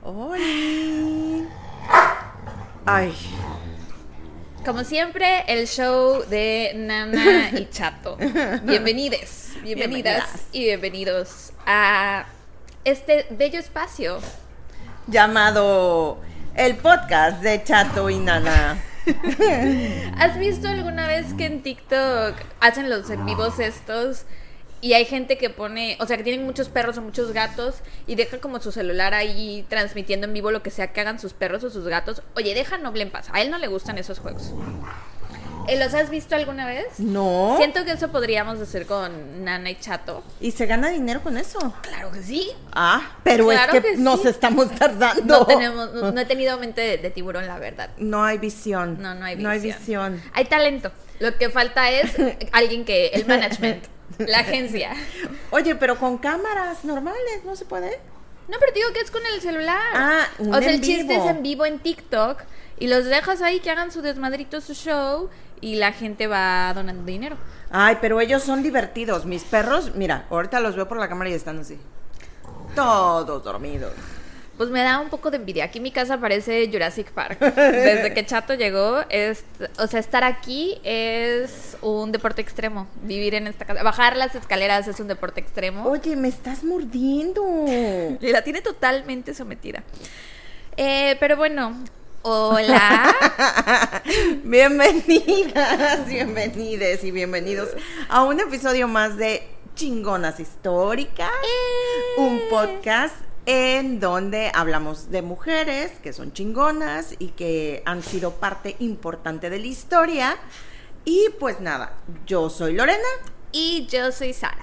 ¡Oli! Ay. Como siempre, el show de Nana y Chato. Bienvenidas y bienvenidos a este bello espacio llamado el podcast de Chato y Nana. ¿Has visto alguna vez que en TikTok hacen los en vivos estos? Y hay gente que pone, o sea, que tienen muchos perros o muchos gatos y deja como su celular ahí transmitiendo en vivo lo que sea que hagan sus perros o sus gatos. Oye, deja Noble en paz. A él no le gustan esos juegos. ¿Los has visto alguna vez? No. Siento que eso podríamos hacer con Nana y Chato. ¿Y se gana dinero con eso? Claro que sí. Pero claro es que nos sí. Estamos tardando. No he tenido mente de tiburón, la verdad. No hay visión. No hay visión. No hay visión. Hay talento. Lo que falta es alguien que, el management, la agencia. Oye, pero con cámaras normales, ¿no se puede? No, pero digo que es con el celular. Un o sea, en el chiste vivo. es en vivo en TikTok y los dejas ahí que hagan su desmadrito, su show y la gente va donando dinero. Ay, pero ellos son divertidos. Mis perros, mira, ahorita los veo por la cámara y están así. Todos dormidos. Pues me da un poco de envidia. Aquí mi casa parece Jurassic Park. Desde que Chato llegó, o sea, estar aquí es un deporte extremo. Vivir en esta casa, bajar las escaleras es un deporte extremo. Oye, me estás mordiendo. Y la tiene totalmente sometida. Pero bueno, hola. Bienvenidas, bienvenides y bienvenidos a un episodio más de Chingonas Históricas. Un podcast en donde hablamos de mujeres que son chingonas y que han sido parte importante de la historia. Y pues nada, yo soy Lorena. Y yo soy Sara.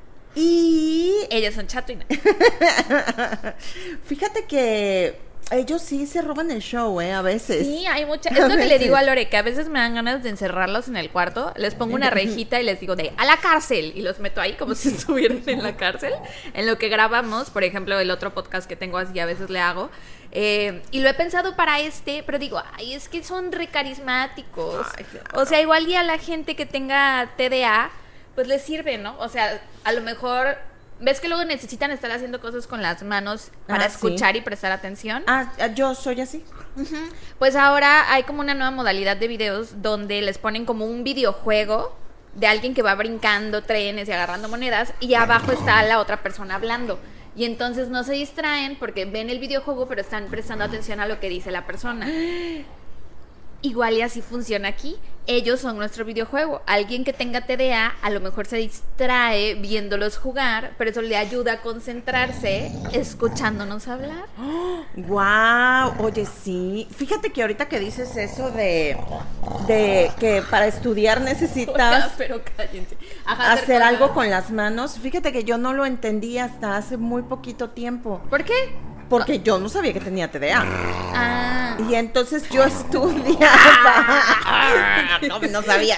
Y ellos son Chato y Nana. Fíjate que ellos sí se roban el show, a veces. Sí, hay mucha. Es lo que le digo a Lore, que a veces me dan ganas de encerrarlos en el cuarto. Les pongo una rejita y les digo a la cárcel. Y los meto ahí como si estuvieran en la cárcel. En lo que grabamos, por ejemplo, el otro podcast que tengo así, a veces le hago. Y lo he pensado para pero digo, ay, es que son re carismáticos. Ay, claro. O sea, igual y a la gente que tenga TDA, pues les sirve, ¿no? O sea, a lo mejor. ¿Ves que luego necesitan estar haciendo cosas con las manos para escuchar sí. Y prestar atención? Yo soy así. Uh-huh. Pues ahora hay como una nueva modalidad de videos donde les ponen como un videojuego de alguien que va brincando trenes y agarrando monedas y abajo está la otra persona hablando. Y entonces no se distraen porque ven el videojuego pero están prestando atención a lo que dice la persona. Igual y así funciona aquí. Ellos son nuestro videojuego. Alguien que tenga TDA a lo mejor se distrae viéndolos jugar, pero eso le ayuda a concentrarse escuchándonos hablar. ¡Guau! Oye, sí. Fíjate que ahorita que dices eso de que para estudiar necesitas pero cállense. hacer algo con las manos. Fíjate que yo no lo entendí hasta hace muy poquito tiempo. ¿Por qué? Porque yo no sabía que tenía TDA. Ah. Y entonces yo estudiaba. No sabía.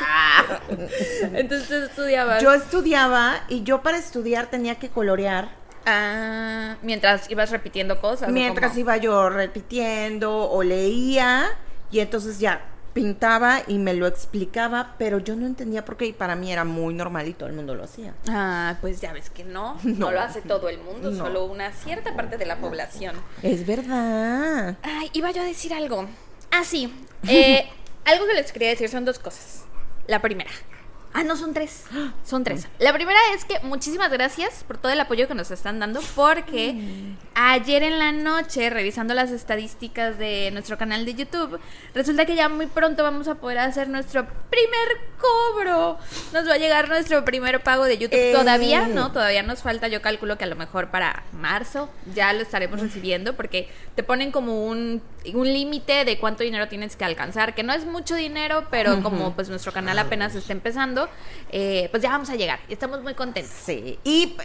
Entonces estudiabas. Yo estudiaba y yo para estudiar tenía que colorear. Mientras ibas repitiendo cosas. Mientras iba yo repitiendo o leía y entonces ya pintaba y me lo explicaba, pero yo no entendía por qué y para mí era muy normal y todo el mundo lo hacía. Pues ya ves que no lo hace todo el mundo, no. Solo una cierta parte de la población. Es verdad. Iba yo a decir algo. Sí. Algo que les quería decir son dos cosas. La primera. No, son tres. Son tres. La primera es que muchísimas gracias por todo el apoyo que nos están dando, porque ayer en la noche, revisando las estadísticas de nuestro canal de YouTube, resulta que ya muy pronto vamos a poder hacer nuestro primer cobro. Nos va a llegar nuestro primer pago de YouTube. Todavía nos falta, yo calculo que a lo mejor para marzo ya lo estaremos recibiendo, porque te ponen como un límite de cuánto dinero tienes que alcanzar, que no es mucho dinero, pero como pues nuestro canal apenas está empezando, pues ya vamos a llegar y estamos muy contentos. Sí, y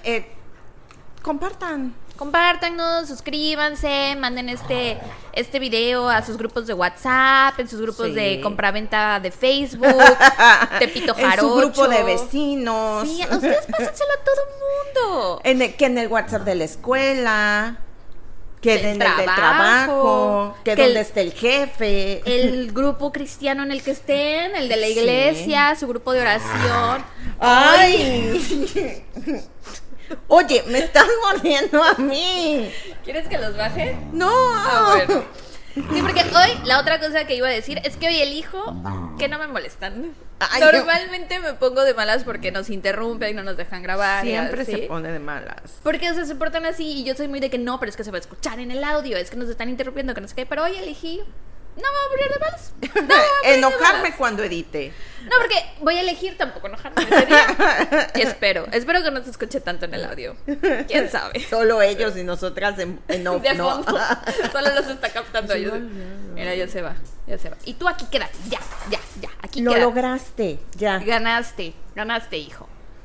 compártanos, suscríbanse, manden este video a sus grupos de WhatsApp, en sus grupos de compraventa de Facebook, Tepito Jarocho, en su grupo de vecinos. Sí, ustedes pásenselo a todo mundo. En el WhatsApp de la escuela. Que en el del trabajo, que donde esté el jefe. El grupo cristiano en el que estén, el de la iglesia, su grupo de oración. ¡Ay! Oye, me estás mordiendo a mí. ¿Quieres que los baje? No. Bueno. Sí, porque hoy la otra cosa que iba a decir es que hoy elijo que no me molestan. Ay, normalmente me pongo de malas porque nos interrumpen y no nos dejan grabar. Siempre ¿sí? se pone de malas. Porque, o sea, se portan así y yo soy muy de que no, pero es que se va a escuchar en el audio, es que nos están interrumpiendo, que no sé qué. Pero hoy elegí, no me voy a poner de malas. No me voy a poner de Enojarme malas. cuando edite. No, porque voy a elegir tampoco enojarme ese día. Espero que no se escuche tanto en el audio. ¿Quién sabe? Solo ellos y nosotras en off, De ¿no? fondo. Solo los está captando Sí, ellos. ya. Mira, ya se va. Y tú aquí quédate. Ya. Aquí Lo quédate. lograste, ya. Ganaste, hijo.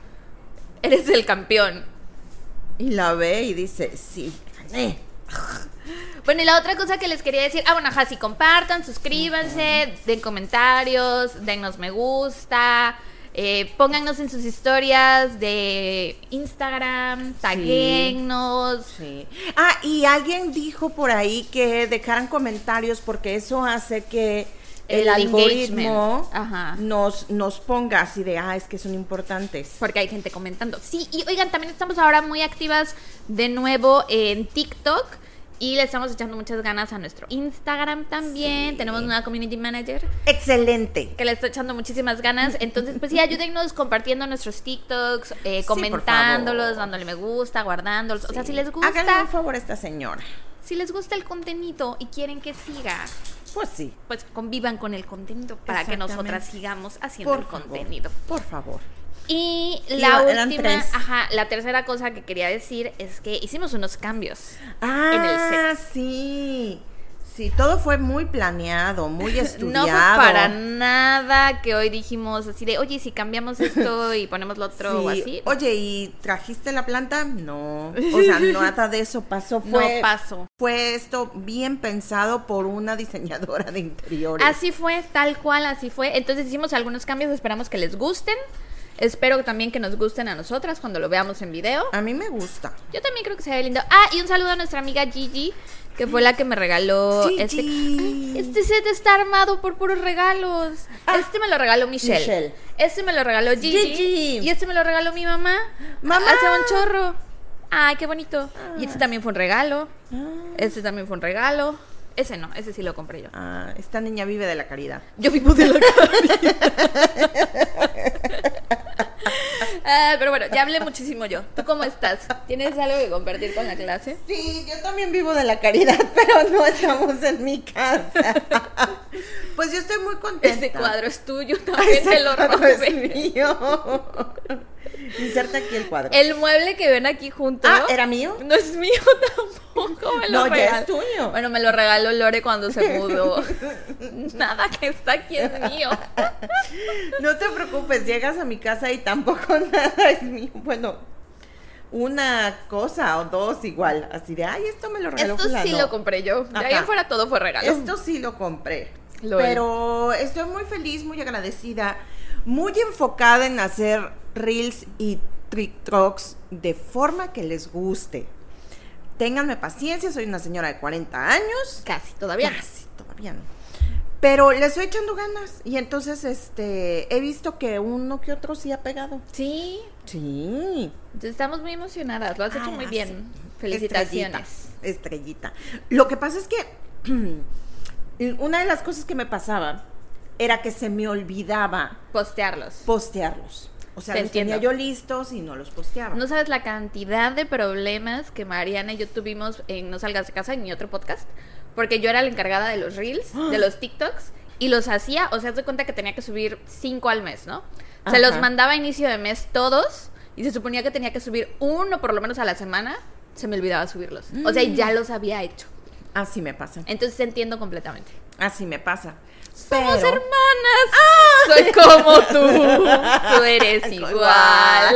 Eres el campeón. Y la ve y dice, sí, gané. Bueno, y la otra cosa que les quería decir, bueno, ajá, sí, compartan, suscríbanse, den comentarios, dennos me gusta, póngannos en sus historias de Instagram, taguennos. Sí. Ah, y alguien dijo por ahí que dejaran comentarios porque eso hace que el algoritmo Ajá. nos ponga así de, es que son importantes. Porque hay gente comentando. Sí, y oigan, también estamos ahora muy activas de nuevo en TikTok. Y le estamos echando muchas ganas a nuestro Instagram también. Sí. Tenemos una community manager Excelente. que le está echando muchísimas ganas. Entonces, pues sí, ayúdennos compartiendo nuestros TikToks, por comentándolos, favor. dándole me gusta, guardándolos. O sea, Sí. si les gusta, Háganle un favor a esta señora. si les gusta el contenido y quieren que siga, Pues sí. pues convivan con el contenido para que Exactamente. nosotras sigamos haciendo el contenido. Por favor. Y Y la eran última, 3. la tercera cosa que quería decir es que hicimos unos cambios. Ah, En el set. sí. Sí, todo fue muy planeado, muy estudiado. No fue para nada que hoy dijimos así de, oye, si cambiamos esto y ponemos lo otro o Sí. así. Oye, ¿y trajiste la planta? No. O sea, nada de eso pasó. No pasó. Fue esto bien pensado por una diseñadora de interiores. Así fue, tal cual, así fue. Entonces hicimos algunos cambios, esperamos que les gusten. Espero también que nos gusten a nosotras cuando lo veamos en video. A mí me gusta. Yo también creo que se ve lindo. Ah, y un saludo a nuestra amiga Gigi, que fue la que me regaló Gigi. este set está armado por puros regalos. Este me lo regaló Michelle. Este me lo regaló Gigi. Y este me lo regaló mi mamá. ¡Mamá! Hace un chorro. Ay, qué bonito. Y este también fue un regalo. Este también fue un regalo. Ese no, ese sí lo compré yo. Esta niña vive de la caridad. Yo vivo de la pero bueno, ya hablé muchísimo yo. ¿Tú cómo estás? ¿Tienes algo que compartir con la clase? Sí, yo también vivo de la caridad, pero no estamos en mi casa. Pues yo estoy muy contenta. Este cuadro es tuyo, también Ese te lo cuadro es robé. mío. Inserta aquí el cuadro. El mueble que ven aquí junto. ¿Era mío? No es mío tampoco, me lo No, ya regaló. es tuyo. Bueno, me lo regaló Lore cuando se mudó. Nada que está aquí es mío. No te preocupes, llegas a mi casa y tampoco nada es mío. Bueno, una cosa o dos igual. Así de, esto me lo regaló Esto sí fulano. lo compré yo. De ahí Ajá. en fuera todo fue regalo. Esto sí lo compré. Lol. Pero estoy muy feliz, muy agradecida, muy enfocada en hacer reels y TikToks de forma que les guste. Ténganme paciencia, soy una señora de 40 años. Casi, todavía. Casi, todavía no. Pero le estoy echando ganas. Y entonces he visto que uno que otro sí ha pegado. Sí, Sí. estamos muy emocionadas. Lo has hecho muy bien. Sí. Felicitaciones. Estrellita. Lo que pasa es que una de las cosas que me pasaba era que se me olvidaba Postearlos. postearlos. O sea, Te los tenía entiendo. yo listos y no los posteaba. No sabes la cantidad de problemas que Mariana y yo tuvimos en No Salgas de Casa, en mi otro podcast, porque yo era la encargada de los reels, de los TikToks, y los hacía, o sea, haz de cuenta que tenía que subir 5 al mes, ¿no? Se los Ajá. mandaba a inicio de mes todos, y se suponía que tenía que subir uno por lo menos a la semana, se me olvidaba subirlos. O sea, ya los había hecho. Así me pasa. Entonces entiendo completamente. Así me pasa. Somos Pero- hermanas. Soy como tú. Tú eres igual.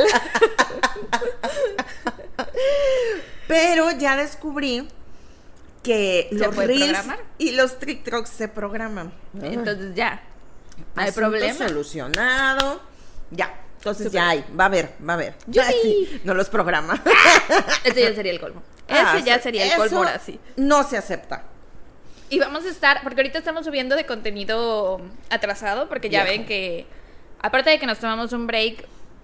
Pero ya descubrí que ¿Se los puede reels programar? y los TikToks se programan. Entonces ya. No hay Asunto problema. solucionado. Ya. Entonces Súper. ya hay. Va a haber. ¡Yupi! Sí, no los programa. Ese ya sería el colmo. Ese ya sería el colmo ahora sí. No se acepta. Y vamos a estar, porque ahorita estamos subiendo de contenido atrasado, porque ya Viejo. ven que, aparte de que nos tomamos un break,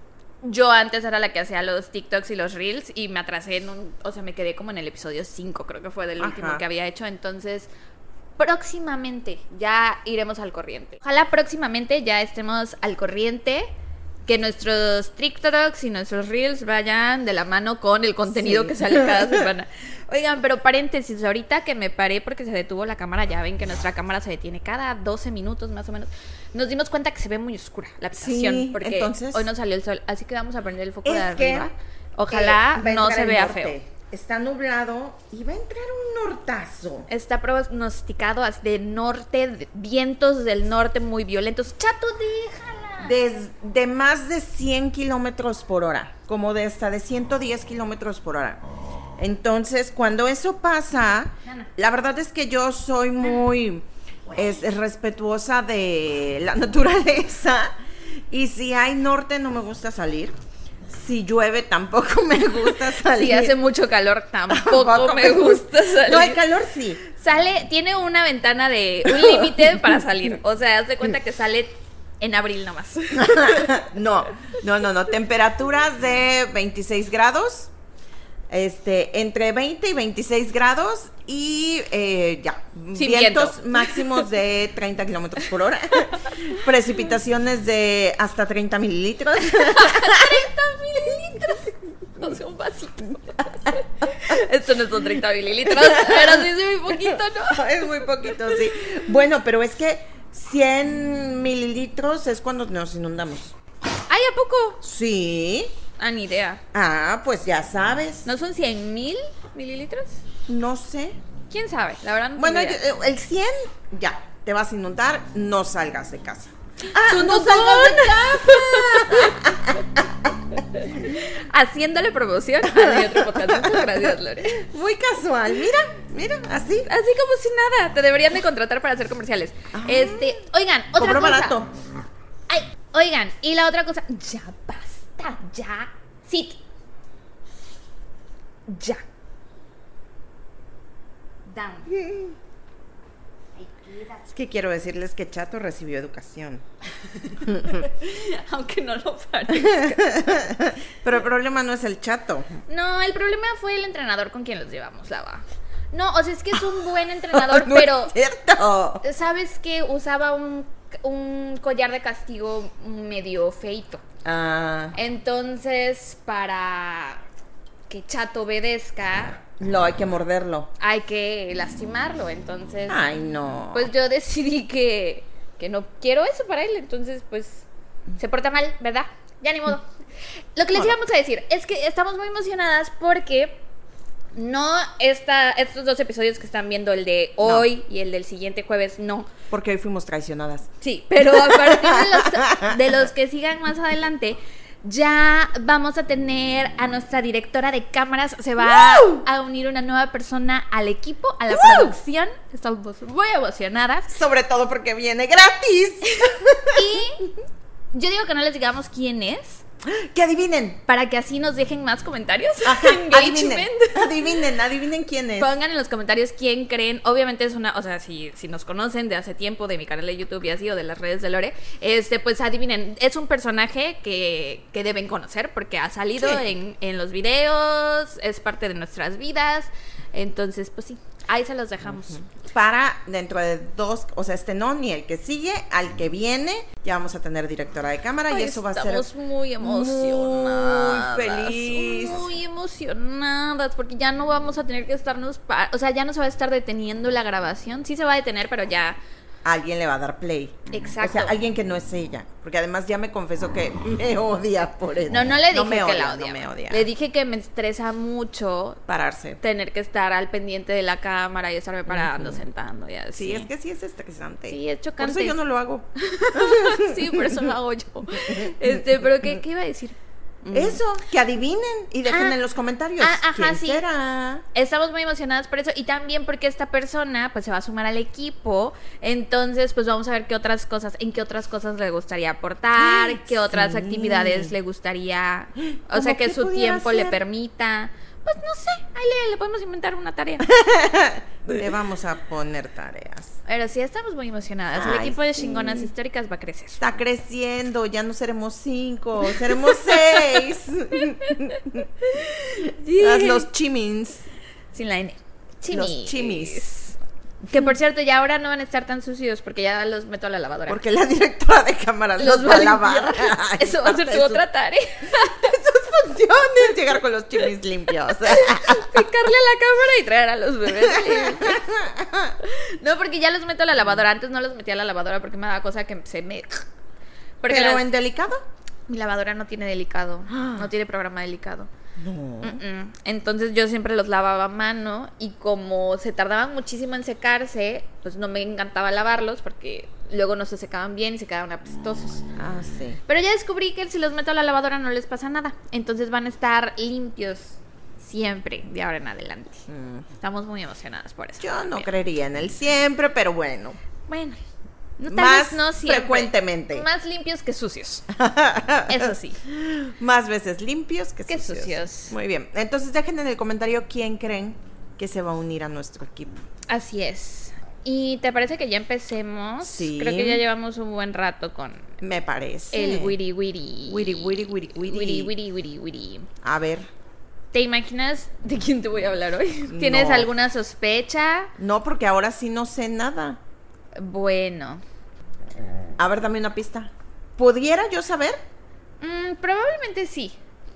yo antes era la que hacía los TikToks y los Reels y me atrasé me quedé como en el episodio 5, creo que fue del último que había hecho, entonces próximamente ya iremos al corriente. Ojalá próximamente ya estemos al corriente, que nuestros TikToks y nuestros Reels vayan de la mano con el contenido que sale cada semana. Oigan, pero paréntesis, ahorita que me paré porque se detuvo la cámara, ya ven que nuestra cámara se detiene cada 12 minutos más o menos, nos dimos cuenta que se ve muy oscura la habitación, porque entonces, hoy no salió el sol, así que vamos a prender el foco de arriba. Ojalá no se vea feo. Está nublado y va a entrar un nortazo. Está pronosticado así de norte, vientos del norte muy violentos. Chato, déjala. De más de 100 kilómetros por hora, como de 110 kilómetros por hora. Entonces, cuando eso pasa, la verdad es que yo soy muy respetuosa de la naturaleza, y si hay norte no me gusta salir. Si llueve tampoco me gusta salir. Si hace mucho calor tampoco me gusta salir. No, el calor sí. Tiene una ventana de un límite para salir. O sea, haz de cuenta que sale en abril nomás. No. Temperaturas de 26 grados. Entre 20 y 26 grados y vientos máximos de 30 kilómetros por hora. Precipitaciones de hasta 30 mililitros. 30 mililitros. No sé, un vasito. Esto no son 30 mililitros, pero sí es muy poquito, ¿no? Es muy poquito, sí. Bueno, pero es que 100 mililitros es cuando nos inundamos. ¿Ay, a poco? Sí. Ni idea. Pues ya sabes. ¿No son 100,000 mililitros? No sé. ¿Quién sabe? La verdad no Bueno, tengo idea. el 100, ya, te vas a inundar, no salgas de casa. ¡No salgas de casa! Haciéndole promoción a otro podcast. Muchas gracias, Lore. Muy casual, mira, así. Así como si nada. Te deberían de contratar para hacer comerciales. Oigan, otra cosa. Barato. Ay, oigan, y la otra cosa, ya basta. Ya, sit. Ya. Down. Es que quiero decirles que Chato recibió educación. Aunque no lo parezca. Pero el problema no es el Chato. No, el problema fue el entrenador con quien los llevamos, Lava. No, o sea, es que es un buen entrenador, no pero... Es cierto. ¿Sabes qué? Usaba un collar de castigo medio feito. Entonces, para que Chato obedezca, no, hay que morderlo. Hay que lastimarlo, entonces... Ay, no. Pues yo decidí que no quiero eso para él, entonces, pues, se porta mal, ¿verdad? Ya ni modo. Lo que les íbamos a decir es que estamos muy emocionadas porque... estos 2 episodios que están viendo, el de hoy y el del siguiente jueves, no. Porque hoy fuimos traicionadas. Sí, pero a partir de los que sigan más adelante, ya vamos a tener a nuestra directora de cámaras. Se va a unir una nueva persona al equipo, a la producción. Estamos muy emocionadas. Sobre todo porque viene gratis. Y yo digo que no les digamos quién es. Que adivinen. Para que así nos dejen más comentarios. Ajá, adivinen quién es. Pongan en los comentarios quién creen. Obviamente es una, o sea, si nos conocen de hace tiempo, de mi canal de YouTube y así, o de las redes de Lore, pues adivinen, es un personaje que deben conocer porque ha salido en los videos, es parte de nuestras vidas. Entonces, pues sí, ahí se los dejamos. Para dentro de 2, o sea, no, ni el que sigue, al que viene, ya vamos a tener directora de cámara. Y eso va a ser... Estamos muy emocionadas. Muy feliz. Muy emocionadas, porque ya no vamos a tener que estarnos... o sea, ya no se va a estar deteniendo la grabación. Sí se va a detener, pero ya... Alguien le va a dar play. Exacto. O sea, alguien que no es ella. Porque además ya me confesó que me odia por eso. No le dije que la odia. No me odia. Le dije que me estresa mucho pararse. Tener que estar al pendiente de la cámara y estarme parando, sentando y así. Sí, es que sí es estresante. Sí, es chocante. Por eso yo no lo hago. Sí, por eso lo hago yo. Pero ¿qué iba a decir? Eso, que adivinen y dejen en los comentarios. ¿Quién será? Estamos muy emocionadas por eso y también porque esta persona pues se va a sumar al equipo. Entonces pues vamos a ver en qué otras cosas le gustaría aportar, qué otras actividades le gustaría, o sea, que su tiempo le permita. Pues no sé, ahí le podemos inventar una tarea. Le vamos a poner tareas. Pero sí, estamos muy emocionadas. El Ay, equipo de sí. Chingonas Históricas va a crecer. Está creciendo, ya no seremos 5, seremos 6. Los chimins. Sin la N. Los chimis. Que por cierto, ya ahora no van a estar tan sucios porque ya los meto a la lavadora. Porque la directora de cámaras los va a lavar. Ay, Eso va a ser su otra tarea. Sus funciones, llegar con los chimis limpios. Picarle a la cámara y traer a los bebés limpios. No, porque ya los meto a la lavadora. Antes no los metía a la lavadora porque me daba cosa que se me... Porque ¿Pero en delicado? mi lavadora no tiene delicado. No tiene programa delicado. No. Entonces yo siempre los lavaba a mano y como se tardaban muchísimo en secarse, pues no me encantaba lavarlos porque luego no se secaban bien y se quedaban apestosos. Ah, sí. Pero ya descubrí que si los meto a la lavadora no les pasa nada. Entonces van a estar limpios siempre de ahora en adelante. Estamos muy emocionadas por eso. Yo no creería en el siempre, pero bueno. Bueno, no, tal Más vez no siempre. frecuentemente. Más limpios que sucios. Eso sí. Más veces limpios que Que sucios. sucios. Muy bien. Entonces dejen en el comentario quién creen que se va a unir a nuestro equipo. Así es. ¿Y te parece que ya empecemos? Sí. Creo que ya llevamos un buen rato con Me parece. el wiri wiri. Wiri, wiri, wiri, wiri. Wiri, wiri, wiri, wiri. A ver. ¿Te imaginas de quién te voy a hablar hoy? ¿Tienes No. alguna sospecha? No, porque ahora sí no sé nada. Bueno, A ver, dame una pista. ¿Pudiera yo saber? probablemente sí.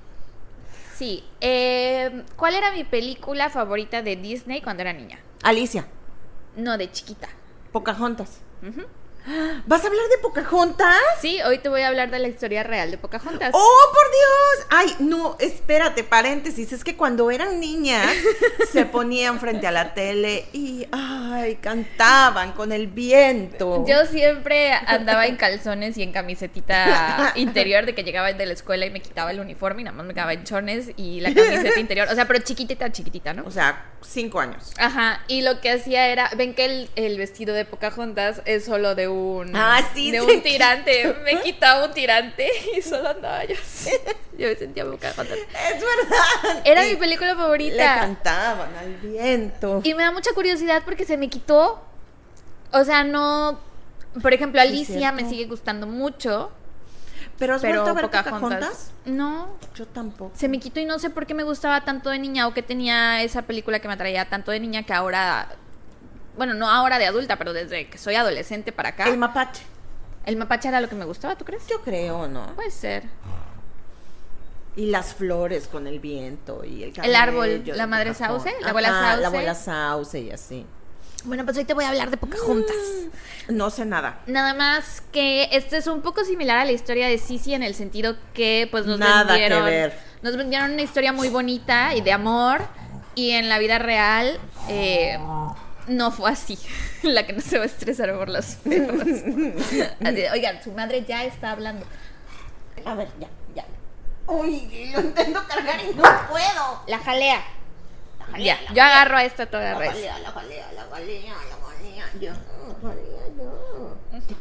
Sí. ¿Cuál era mi película favorita de Disney cuando era niña? Alicia. No, de chiquita. Pocahontas. Ujú. ¿Vas a hablar de Pocahontas? Sí, hoy te voy a hablar de la historia real de Pocahontas. ¡Oh, por Dios! Ay, no, espérate, paréntesis. Es que cuando eran niñas se ponían frente a la tele y, ay, cantaban con el viento. Yo siempre andaba en calzones y en camisetita interior de que llegaba de la escuela y me quitaba el uniforme y nada más me quedaba en chones y la camiseta interior. O sea, pero chiquitita, ¿no? O sea, 5 años. Ajá, y lo que hacía era, ven que el vestido de Pocahontas es solo de un Sí, de sí. un tirante, me quitaba un tirante y solo andaba yo así. Yo me sentía Pocahontas. Es verdad. Era Y mi película le favorita. cantaban al viento. Y me da mucha curiosidad porque se me quitó. O sea, no. Por ejemplo, Sí, Alicia cierto. me sigue gustando mucho. ¿Pero has Pero vuelto a ver Pocahontas. Pocahontas? No. Yo tampoco. Se me quitó y no sé por qué me gustaba tanto de niña o que tenía esa película que me atraía tanto de niña que ahora. Bueno, no ahora de adulta, pero desde que soy adolescente para acá. El mapache. El mapache era lo que me gustaba, ¿tú crees? Yo creo, ¿no? Puede ser. Y las flores con el viento y el El árbol, cabello de la madre Pocahontas. sauce, la abuela Ajá, sauce. La abuela sauce y así. Bueno, pues hoy te voy a hablar de Pocahontas. No sé nada. Nada más que este es un poco similar a la historia de Sisi en el sentido que pues Nada que ver. nos vendieron una historia muy bonita y de amor y en la vida real no fue así. La que no se va a estresar por los perros. Así de, oigan, su madre ya está hablando. A ver, ya. Uy, lo intento cargar y no puedo. La jalea. Ya, la yo jalea. agarro a esta toda La res. jalea, ya. La jalea, ya.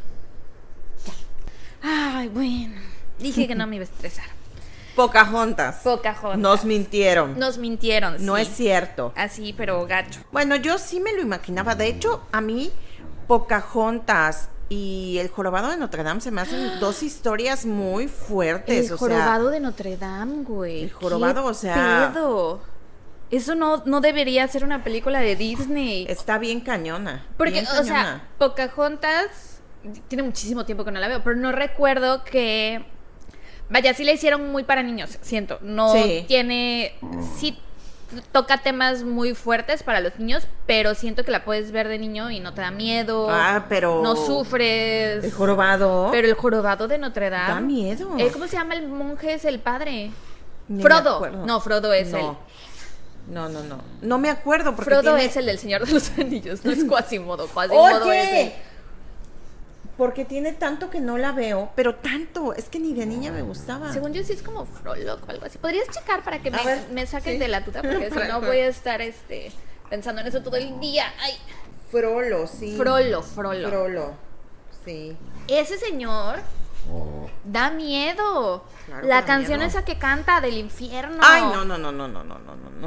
Ay, bueno. Dije que no me iba a estresar. Pocahontas. Pocahontas. Nos mintieron. Nos mintieron. No sí. es cierto. Así, pero gacho. Bueno, yo sí me lo imaginaba. De hecho, a mí, Pocahontas y El Jorobado de Notre Dame se me hacen dos historias muy fuertes. El jorobado de Notre Dame, güey. El jorobado, ¿Qué o sea- pedo? Eso no debería ser una película de Disney. Está bien cañona. Porque, bien o sea, cañona. Pocahontas tiene muchísimo tiempo que no la veo, pero no recuerdo que. Vaya, sí la hicieron muy para niños, siento. No Sí. tiene. Sí toca temas muy fuertes para los niños, pero siento que la puedes ver de niño y no te da miedo. Pero... No sufres. El jorobado. Pero el jorobado de Notre Dame. Da miedo. ¿Cómo se llama el monje? Es el padre. Ni me Frodo. acuerdo. No, Frodo es él. No. No me acuerdo porque Frodo tiene... es el del Señor de los Anillos, no es Quasimodo. Quasimodo es Oye, el... porque tiene tanto que no la veo, pero tanto, es que ni de niña me gustaba. Según yo sí es como Frollo o algo así. ¿Podrías checar para que A ver, me saquen sí. de la tuta? Porque si no voy a estar pensando en eso todo el día. Ay, Frollo, sí. Frollo. Frollo, sí. Ese señor da miedo. Claro que La da canción miedo. esa que canta del infierno. Ay, no.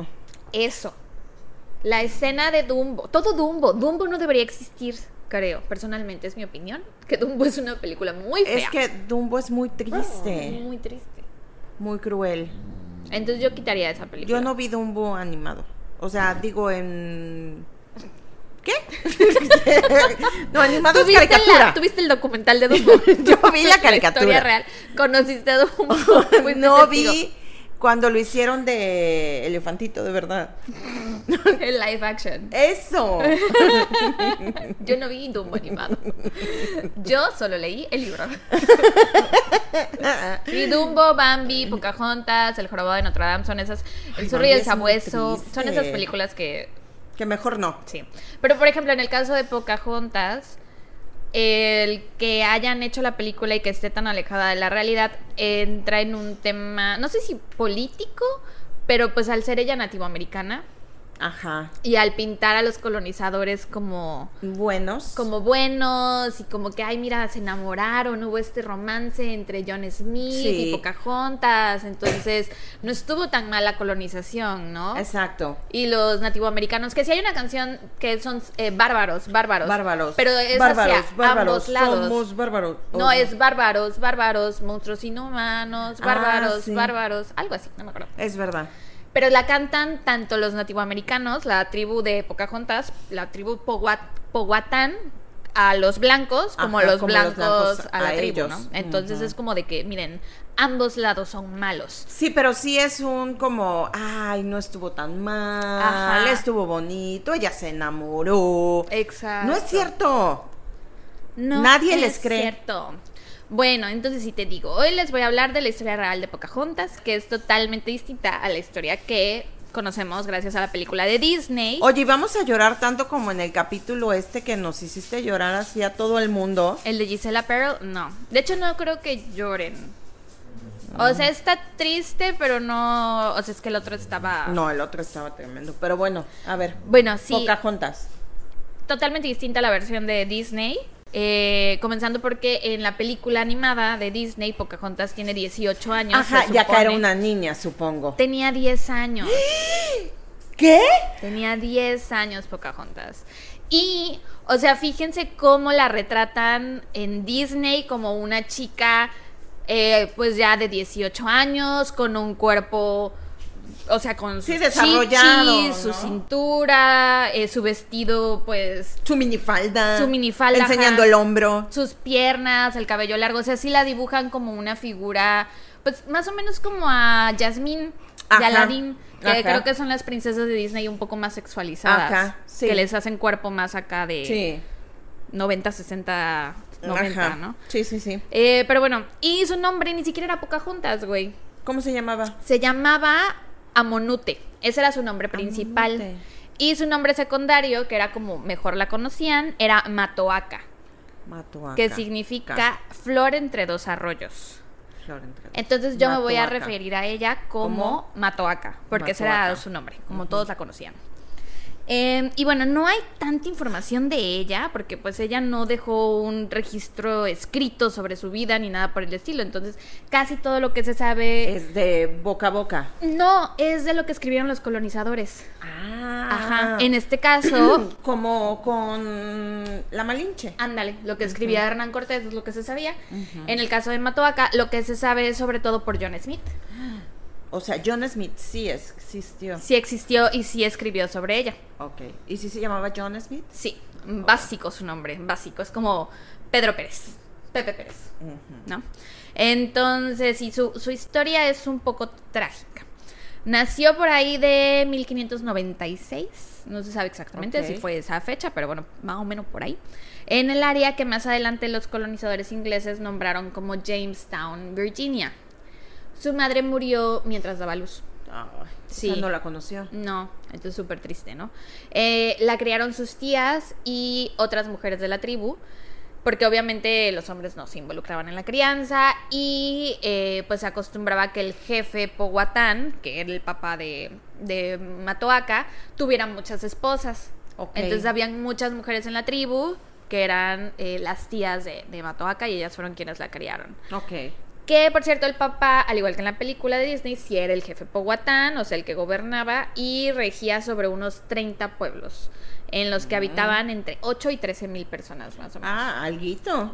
Eso. La escena de Dumbo. Todo Dumbo. Dumbo no debería existir, creo. Personalmente, es mi opinión. Que Dumbo es una película muy fea. Es que Dumbo es muy triste. Muy triste. Muy cruel. Entonces yo quitaría esa película. Yo no vi Dumbo animado. O sea, digo en... ¿Qué? No, animado es caricatura. ¿Tuviste el documental de Dumbo? Yo vi la caricatura. La historia real. ¿Conociste a Dumbo? No vi cuando lo hicieron de elefantito, de verdad. El live action. ¡Eso! Yo no vi Dumbo animado. Yo solo leí el libro. Y Dumbo, Bambi, Pocahontas, El jorobado de Notre Dame, son esas... El zorro y el sabueso. Son esas películas que mejor no. Sí. Pero, por ejemplo, en el caso de Pocahontas, el que hayan hecho la película y que esté tan alejada de la realidad entra en un tema, no sé si político, pero pues al ser ella nativoamericana, ajá, y al pintar a los colonizadores como buenos y como que, ay, mira, se enamoraron, hubo este romance entre John Smith y Pocahontas, entonces no estuvo tan mal la colonización, ¿no? Exacto. Y los nativoamericanos, que sí hay una canción que son bárbaros, pero es bárbaros, hacia ambos lados. Somos bárbaros. No, es bárbaros, monstruos inhumanos, bárbaros, sí. bárbaros, algo así, no me acuerdo. Es verdad. Pero la cantan tanto los nativoamericanos, la tribu de Pocahontas, la tribu Powhatan, a los blancos, como ajá, los blancos a la tribu, ellos, ¿no? Entonces es como de que, miren, ambos lados son malos. Sí, pero sí es un como, ay, no estuvo tan mal, ajá, estuvo bonito, ella se enamoró. Exacto. No es cierto. No, nadie les cree. Es cierto. Bueno, entonces sí te digo, hoy les voy a hablar de la historia real de Pocahontas, que es totalmente distinta a la historia que conocemos gracias a la película de Disney. Oye, ¿vamos a llorar tanto como en el capítulo que nos hiciste llorar así a todo el mundo? ¿El de Gisela Perel? No. De hecho, no creo que lloren. O sea, está triste, pero no... O sea, es que el otro estaba... No, el otro estaba tremendo. Pero bueno, a ver. Bueno, sí. Pocahontas. Totalmente distinta a la versión de Disney. Comenzando porque en la película animada de Disney, Pocahontas tiene 18 años. Ajá, ya que era una niña, supongo. Tenía 10 años. ¿Qué? Tenía 10 años Pocahontas. Y, o sea, fíjense cómo la retratan en Disney como una chica, pues ya de 18 años, con un cuerpo... O sea, con sus desarrollado, chichis, ¿no? su cintura, su vestido, pues... Su minifalda. ajá, Enseñando el hombro. Sus piernas, el cabello largo. O sea, sí la dibujan como una figura, pues más o menos como a Jasmine de Aladdin, que creo que son las princesas de Disney un poco más sexualizadas. Ajá, sí. Que les hacen cuerpo más acá de 90, 60, 90, ajá, ¿no? Sí, sí, sí. Pero bueno, y su nombre ni siquiera era Pocahontas, güey. ¿Cómo se llamaba? Se llamaba... Amonute, ese era su nombre principal. Amonute. Y su nombre secundario, que era como mejor la conocían, era Matoaka. Que significa flor entre dos arroyos. Entonces yo me voy a referir a ella como Matoaka, porque ese era su nombre, como todos la conocían. Y bueno, no hay tanta información de ella, porque pues ella no dejó un registro escrito sobre su vida ni nada por el estilo. Entonces casi todo lo que se sabe... Es de boca a boca. No, es de lo que escribieron los colonizadores. Ajá. En este caso... Como con la Malinche. Ándale, lo que escribía Hernán Cortés es lo que se sabía. En el caso de Matoaka, lo que se sabe es sobre todo por John Smith. O sea, John Smith sí existió. Sí existió y sí escribió sobre ella. Ok. ¿Y sí se llamaba John Smith? Sí, básico su nombre, básico. Es como Pedro Pérez, Pepe Pérez, ¿no? Entonces, y su historia es un poco trágica. Nació por ahí de 1596, no se sabe exactamente si fue esa fecha, pero bueno, más o menos por ahí. En el área que más adelante los colonizadores ingleses nombraron como Jamestown, Virginia. Su madre murió mientras daba luz. Sí. O sea, no la conoció. No, esto es súper triste, ¿no? La criaron sus tías y otras mujeres de la tribu, porque obviamente los hombres no se involucraban en la crianza y pues se acostumbraba que el jefe Powhatan, que era el papá de Matoaka, tuviera muchas esposas. Entonces habían muchas mujeres en la tribu que eran las tías de Matoaka y ellas fueron quienes la criaron. Que, por cierto, el papá, al igual que en la película de Disney, sí era el jefe Powhatan, o sea, el que gobernaba y regía sobre unos 30 pueblos, en los que habitaban entre 8 y 13 mil personas, más o menos. Ah, alguito.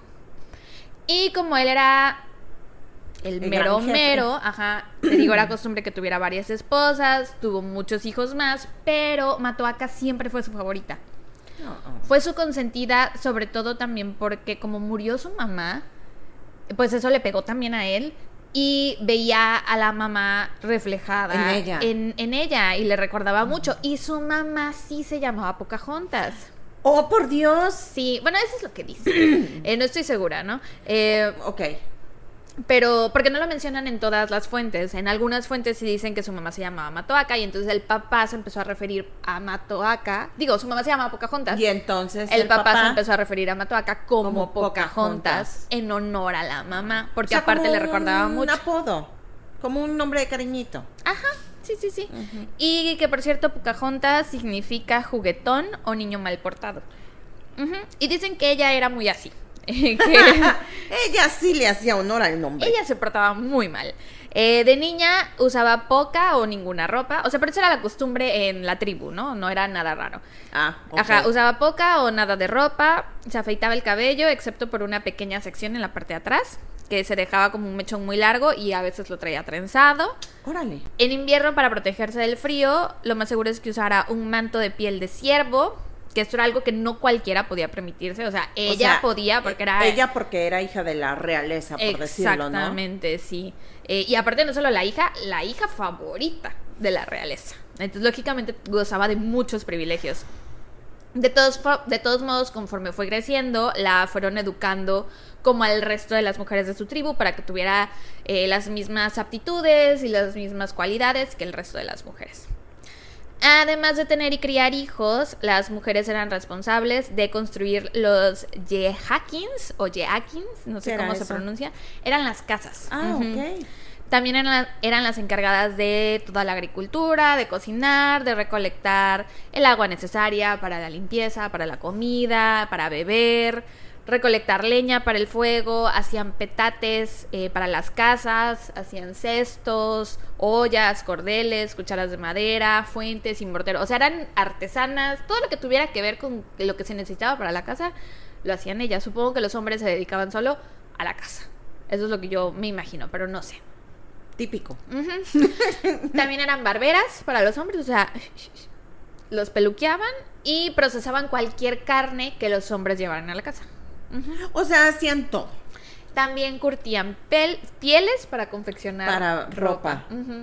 Y como él era el mero gran jefe. mero, ajá, te digo, era costumbre que tuviera varias esposas, tuvo muchos hijos más, pero Matoaka siempre fue su favorita. Fue su consentida, sobre todo también porque como murió su mamá, pues eso le pegó también a él. Y veía a la mamá reflejada en ella y le recordaba mucho. Y su mamá sí se llamaba Pocahontas. ¡Oh, por Dios! Sí, bueno, eso es lo que dice. No estoy segura, ¿no? Ok. Pero, porque no lo mencionan en todas las fuentes. En algunas fuentes sí dicen que su mamá se llamaba Matoaka. Y entonces el papá se empezó a referir a Matoaka. Digo, su mamá se llamaba Pocahontas. Y entonces el papá se empezó a referir a Matoaka como Pocahontas en honor a la mamá. Porque o sea, aparte le recordaba mucho. Un apodo. Como un nombre de cariñito. Ajá, sí. Y que por cierto, Pocahontas significa juguetón o niño mal portado. Y dicen que ella era muy así. Ella sí le hacía honor al nombre. Ella se portaba muy mal. De niña usaba poca o ninguna ropa. O sea, pero eso era la costumbre en la tribu, ¿no? No era nada raro. Okay. Ajá, usaba poca o nada de ropa. Se afeitaba el cabello, excepto por una pequeña sección en la parte de atrás, que se dejaba como un mechón muy largo y a veces lo traía trenzado. Órale. En invierno, para protegerse del frío, lo más seguro es que usara un manto de piel de ciervo, que esto era algo que no cualquiera podía permitirse. O sea, ella podía porque era... Ella porque era hija de la realeza, por decirlo, ¿no? Exactamente, sí. Y aparte no solo la hija favorita de la realeza. Entonces, lógicamente, gozaba de muchos privilegios. De todos modos, conforme fue creciendo, la fueron educando como al resto de las mujeres de su tribu para que tuviera las mismas aptitudes y las mismas cualidades que el resto de las mujeres. Además de tener y criar hijos, las mujeres eran responsables de construir los Yeakins, no sé cómo se pronuncia, eran las casas. Ok. También eran las encargadas de toda la agricultura, de cocinar, de recolectar el agua necesaria para la limpieza, para la comida, para beber, recolectar leña para el fuego, hacían petates para las casas, hacían cestos, ollas, cordeles, cucharas de madera, fuentes y morteros. O sea, eran artesanas, todo lo que tuviera que ver con lo que se necesitaba para la casa, lo hacían ellas. Supongo que los hombres se dedicaban solo a la casa. Eso es lo que yo me imagino, pero no sé. Típico. También eran barberas para los hombres, o sea, los peluqueaban y procesaban cualquier carne que los hombres llevaran a la casa. O sea, hacían todo. También curtían pieles para confeccionar para ropa.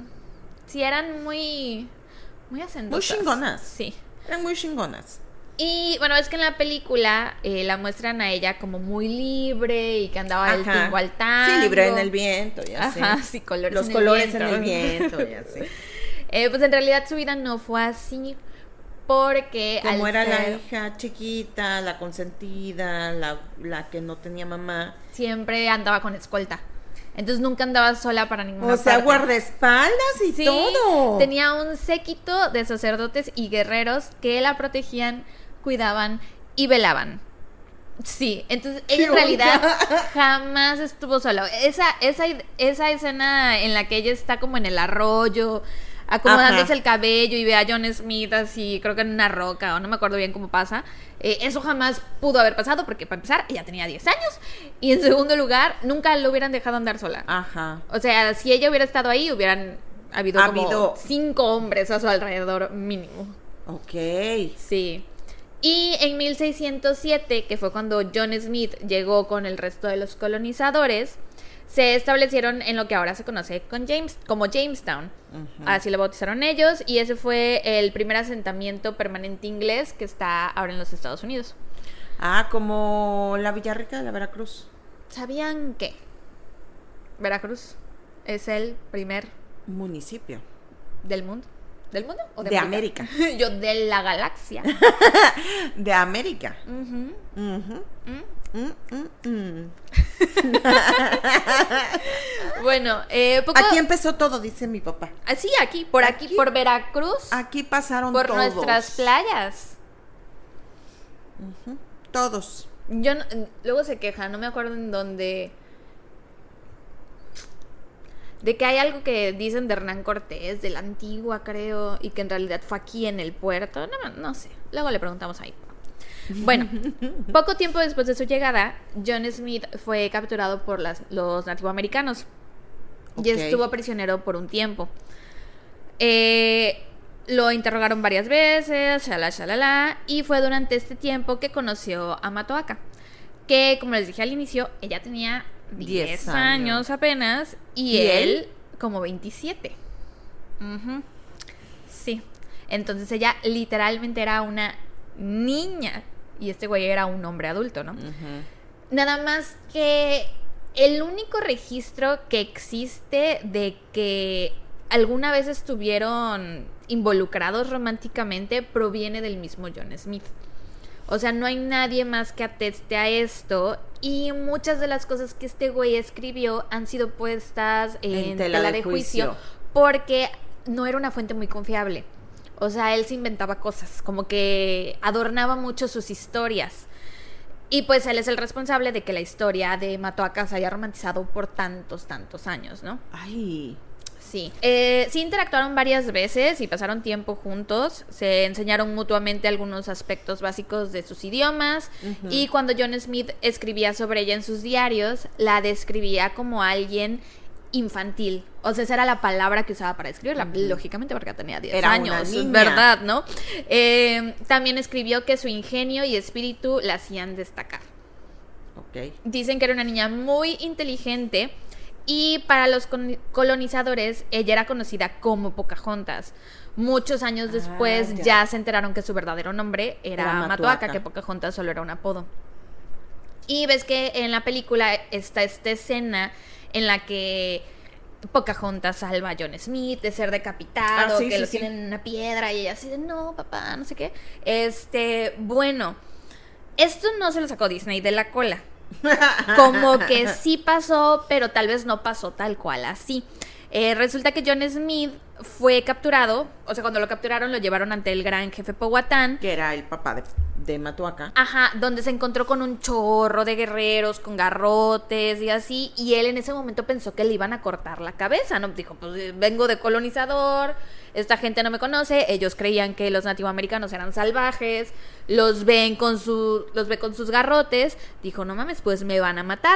Sí, eran muy hacendosas. Muy chingonas. Sí. Eran muy chingonas. Y bueno, es que en la película la muestran a ella como muy libre y que andaba del tingo al tango. Sí, libre en el viento, ya sé. Ajá, sí, los colores en el viento, ya sé. Pues en realidad su vida no fue así. Porque como era la hija chiquita, la consentida, la que no tenía mamá, siempre andaba con escolta. Entonces nunca andaba sola para ninguna parte. O sea, guardaespaldas y todo. Tenía un séquito de sacerdotes y guerreros que la protegían, cuidaban y velaban. Sí, entonces ella en realidad jamás estuvo sola. Esa escena en la que ella está como en el arroyo, acomodándose el cabello y ve a John Smith así, creo que en una roca, o no me acuerdo bien cómo pasa. Eso jamás pudo haber pasado porque, para empezar, ella tenía 10 años. Y en segundo lugar, nunca lo hubieran dejado andar sola. Ajá. O sea, si ella hubiera estado ahí, hubieran habido como 5 hombres a su alrededor mínimo. Ok. Sí. Y en 1607, que fue cuando John Smith llegó con el resto de los colonizadores, se establecieron en lo que ahora se conoce como Jamestown. Así lo bautizaron ellos, y ese fue el primer asentamiento permanente inglés que está ahora en los Estados Unidos. Ah, como la Villarrica de la Veracruz. ¿Sabían que Veracruz es el primer municipio del mundo? ¿Del mundo o de América? Yo, de la galaxia. De América. Bueno, aquí empezó todo, dice mi papá. Sí, aquí, por Veracruz. Aquí pasaron por todos. Por nuestras playas. Todos. Yo luego se queja, no me acuerdo en dónde. de que hay algo que dicen de Hernán Cortés, de la Antigua, creo, y que en realidad fue aquí en el puerto. No sé, luego le preguntamos ahí. Bueno, poco tiempo después de su llegada, John Smith fue capturado por los nativoamericanos y estuvo prisionero por un tiempo. Lo interrogaron varias veces, shalala, y fue durante este tiempo que conoció a Matoaka, que, como les dije al inicio, ella tenía 10 años apenas y él como 27. Sí, entonces ella literalmente era una niña y este güey era un hombre adulto, ¿no? Nada más que el único registro que existe de que alguna vez estuvieron involucrados románticamente proviene del mismo John Smith. O sea, no hay nadie más que ateste a esto, y muchas de las cosas que este güey escribió han sido puestas en tela de juicio porque no era una fuente muy confiable. O sea, él se inventaba cosas, como que adornaba mucho sus historias. Y pues él es el responsable de que la historia de Matoaka se haya romantizado por tantos años, ¿no? Ay. Sí. Sí interactuaron varias veces y pasaron tiempo juntos. Se enseñaron mutuamente algunos aspectos básicos de sus idiomas. Y cuando John Smith escribía sobre ella en sus diarios, la describía como alguien infantil. O sea, esa era la palabra que usaba para escribirla, lógicamente porque tenía 10 años, es verdad, ¿no? También escribió que su ingenio y espíritu la hacían destacar. Dicen que era una niña muy inteligente, y para los colonizadores ella era conocida como Pocahontas. Muchos años después ya se enteraron que su verdadero nombre era Matoaka, que Pocahontas solo era un apodo. Y ves que en la película está esta escena en la que Pocahontas salva a John Smith de ser decapitado, que lo tienen en una piedra y ella así de no, papá, no sé qué. Bueno, esto no se lo sacó Disney de la cola. Como que sí pasó, pero tal vez no pasó tal cual así. Resulta que John Smith fue capturado. O sea, cuando lo capturaron lo llevaron ante el gran jefe Powhatan, que era el papá de Matoaka. Ajá, donde se encontró con un chorro de guerreros con garrotes y así. Y él en ese momento pensó que le iban a cortar la cabeza, ¿no? Dijo, pues vengo de colonizador, esta gente no me conoce. Ellos creían que los nativoamericanos eran salvajes, los ve con sus garrotes. Dijo, no mames, pues me van a matar.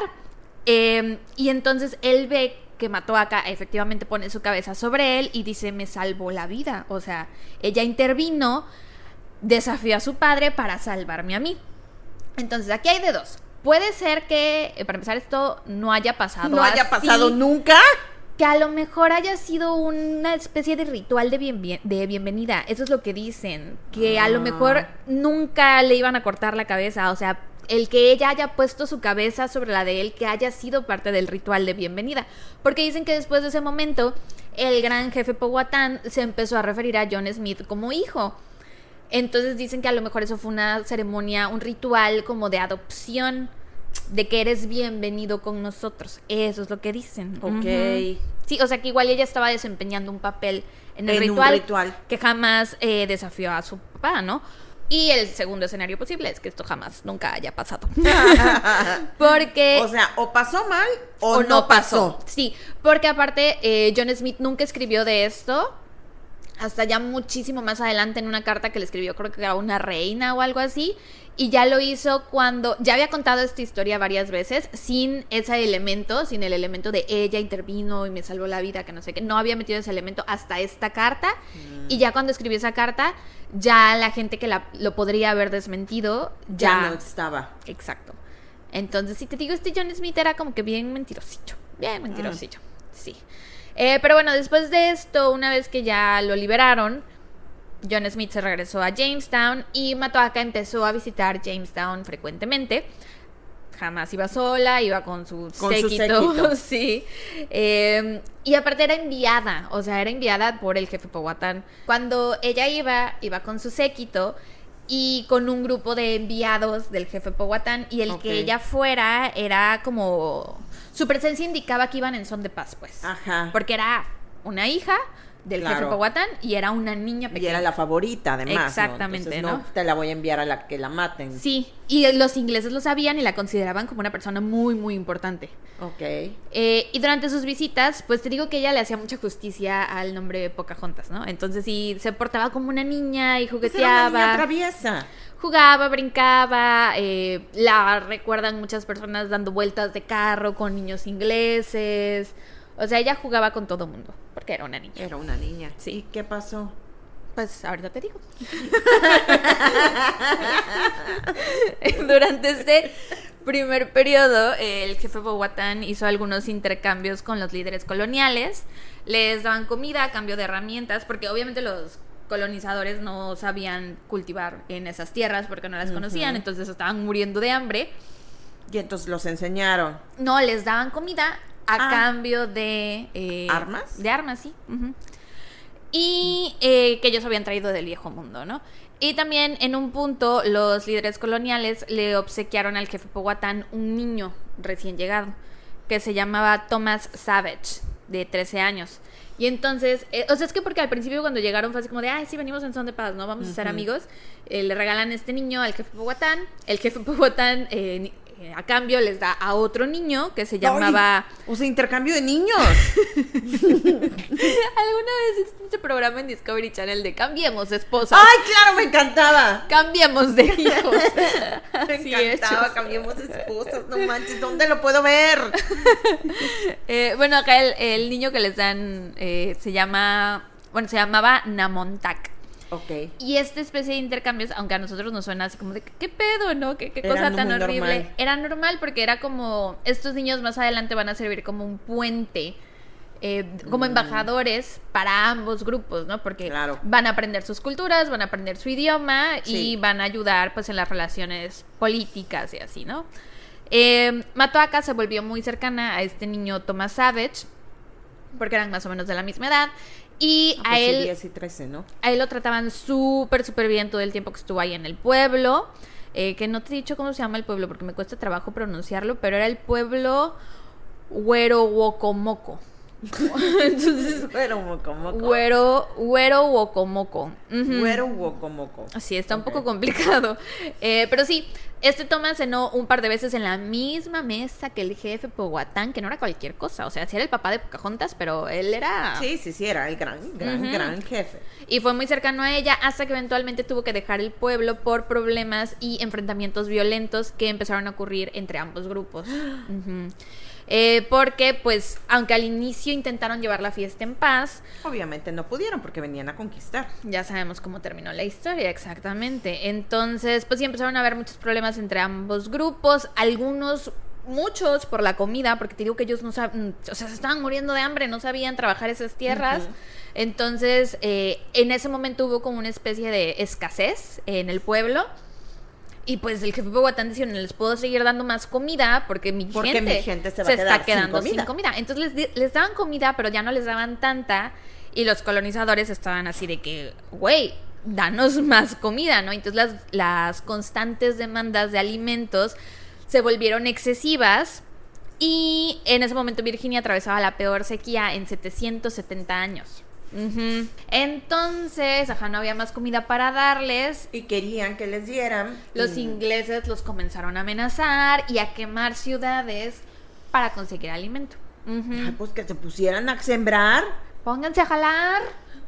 Y entonces él ve que Matoaka efectivamente pone su cabeza sobre él y dice, me salvó la vida. O sea, ella intervino, desafió a su padre para salvarme a mí. Entonces aquí hay de dos. Puede ser que, para empezar, esto no haya pasado nunca. Que a lo mejor haya sido una especie de ritual de bienvenida. Eso es lo que dicen. Que a lo mejor nunca le iban a cortar la cabeza. O sea, el que ella haya puesto su cabeza sobre la de él, que haya sido parte del ritual de bienvenida. Porque dicen que después de ese momento, el gran jefe Powhatan se empezó a referir a John Smith como hijo. Entonces dicen que a lo mejor eso fue una ceremonia, un ritual como de adopción, de que eres bienvenido con nosotros. Eso es lo que dicen. Sí, o sea que igual ella estaba desempeñando un papel en el ritual que jamás desafió a su papá, ¿no? Y el segundo escenario posible es que esto jamás, nunca haya pasado. Porque... O sea, o pasó mal o no pasó. Sí, porque aparte John Smith nunca escribió de esto hasta ya muchísimo más adelante en una carta que le escribió, creo que era una reina o algo así. Y ya lo hizo cuando... Ya había contado esta historia varias veces sin ese elemento, sin el elemento de ella intervino y me salvó la vida, que no sé qué. No había metido ese elemento hasta esta carta. Y ya cuando escribió esa carta, ya la gente que lo podría haber desmentido ya no estaba. Exacto. Entonces, si te digo, John Smith era como que bien mentirosillo. Bien mentirosillo, sí. Pero bueno, después de esto, una vez que ya lo liberaron, John Smith se regresó a Jamestown y Matoaka empezó a visitar Jamestown frecuentemente. Jamás iba sola, iba con su séquito. Sí. Y aparte era enviada, o sea, era enviada por el jefe Powhatan. Cuando ella iba con su séquito y con un grupo de enviados del jefe Powhatan, y el que ella fuera era como... Su presencia indicaba que iban en son de paz, pues. Ajá. Porque era una hija del Claro. jefe Powhatan y era una niña pequeña. Y era la favorita, además. Exactamente, ¿no? Entonces, ¿no? te la voy a enviar a la que la maten. Sí, y los ingleses lo sabían y la consideraban como una persona muy, muy importante. Ok. Y durante sus visitas, pues te digo que ella le hacía mucha justicia al nombre de Pocahontas, ¿no? Entonces sí, se portaba como una niña y Pues era una niña jugueteaba. traviesa. Jugaba, brincaba, la recuerdan muchas personas dando vueltas de carro con niños ingleses. O sea, ella jugaba con todo mundo, porque era una niña. Era una niña. Sí. ¿Y qué pasó? Pues ahorita te digo. Durante este primer periodo, el jefe Powhatan hizo algunos intercambios con los líderes coloniales. Les daban comida a cambio de herramientas, porque obviamente los colonizadores no sabían cultivar en esas tierras porque no las conocían, entonces estaban muriendo de hambre. Y entonces los enseñaron. No, les daban comida a cambio de... ¿Armas? De armas, sí. Uh-huh. Y que ellos habían traído del viejo mundo, ¿no? Y también en un punto los líderes coloniales le obsequiaron al jefe Powhatan un niño recién llegado que se llamaba Thomas Savage, de 13 años. Y entonces, o sea, es que porque al principio cuando llegaron fue así como de, ay, sí, venimos en son de paz, ¿no? Vamos a ser amigos. Le regalan este niño al jefe Powhatan. El jefe Powhatan, a cambio, les da a otro niño que se llamaba... ¡Ay! O sea, intercambio de niños. ¿Alguna vez hiciste este programa en Discovery Channel de cambiemos de esposa? ¡Ay, claro! Me encantaba. Cambiemos de hijos. Me Así encantaba. hechos. Cambiemos de esposas. No manches, ¿dónde lo puedo ver? Bueno, acá el niño que les dan se llamaba Namontac. Ok. Y esta especie de intercambios, aunque a nosotros nos suena así como de ¿qué pedo, no? ¿Qué Era cosa tan muy horrible? normal. Era normal porque era como estos niños más adelante van a servir como un puente, como embajadores para ambos grupos, ¿no? Porque Claro. van a aprender sus culturas, van a aprender su idioma Sí. y van a ayudar pues en las relaciones políticas y así, ¿no? Matoaka se volvió muy cercana a este niño Thomas Savage porque eran más o menos de la misma edad. Y Pues a sí, él 10 y 13, ¿no? a él lo trataban súper, súper bien todo el tiempo que estuvo ahí en el pueblo. Que no te he dicho cómo se llama el pueblo porque me cuesta trabajo pronunciarlo, pero era el pueblo Huerowocomoco. Entonces, Güero Wocomoco. Huerowocomoco. Ujú. Güero Wocomoco. Sí, está un Ok. poco complicado. Pero sí, este Thomas cenó un par de veces en la misma mesa que el jefe Powhatan, que no era cualquier cosa. O sea, sí era el papá de Pocahontas, pero él era... Sí, era el gran jefe. Y fue muy cercano a ella hasta que eventualmente tuvo que dejar el pueblo por problemas y enfrentamientos violentos que empezaron a ocurrir entre ambos grupos. Ujú. Porque, pues, aunque al inicio intentaron llevar la fiesta en paz, Obviamente no pudieron porque venían a conquistar. ya sabemos cómo terminó la historia exactamente. Entonces, pues sí empezaron a haber muchos problemas entre ambos grupos, muchos por la comida, porque te digo que ellos no saben, o sea, se estaban muriendo de hambre, no sabían trabajar esas tierras. Entonces, en ese momento hubo como una especie de escasez en el pueblo. Y pues el jefe Powhatan dice, no les puedo seguir dando más comida porque mi gente se va a quedar está quedando sin comida. Entonces les daban comida, pero ya no les daban tanta. Y los colonizadores estaban así de que, güey, danos más comida, ¿no? Entonces las constantes demandas de alimentos se volvieron excesivas. Y en ese momento Virginia atravesaba la peor sequía en 770 años. Ujú. Entonces, no había más comida para darles. Y querían que les dieran. Los ingleses los comenzaron a amenazar y a quemar ciudades para conseguir alimento. Ujú. Ay, pues que se pusieran a sembrar. Pónganse a jalar.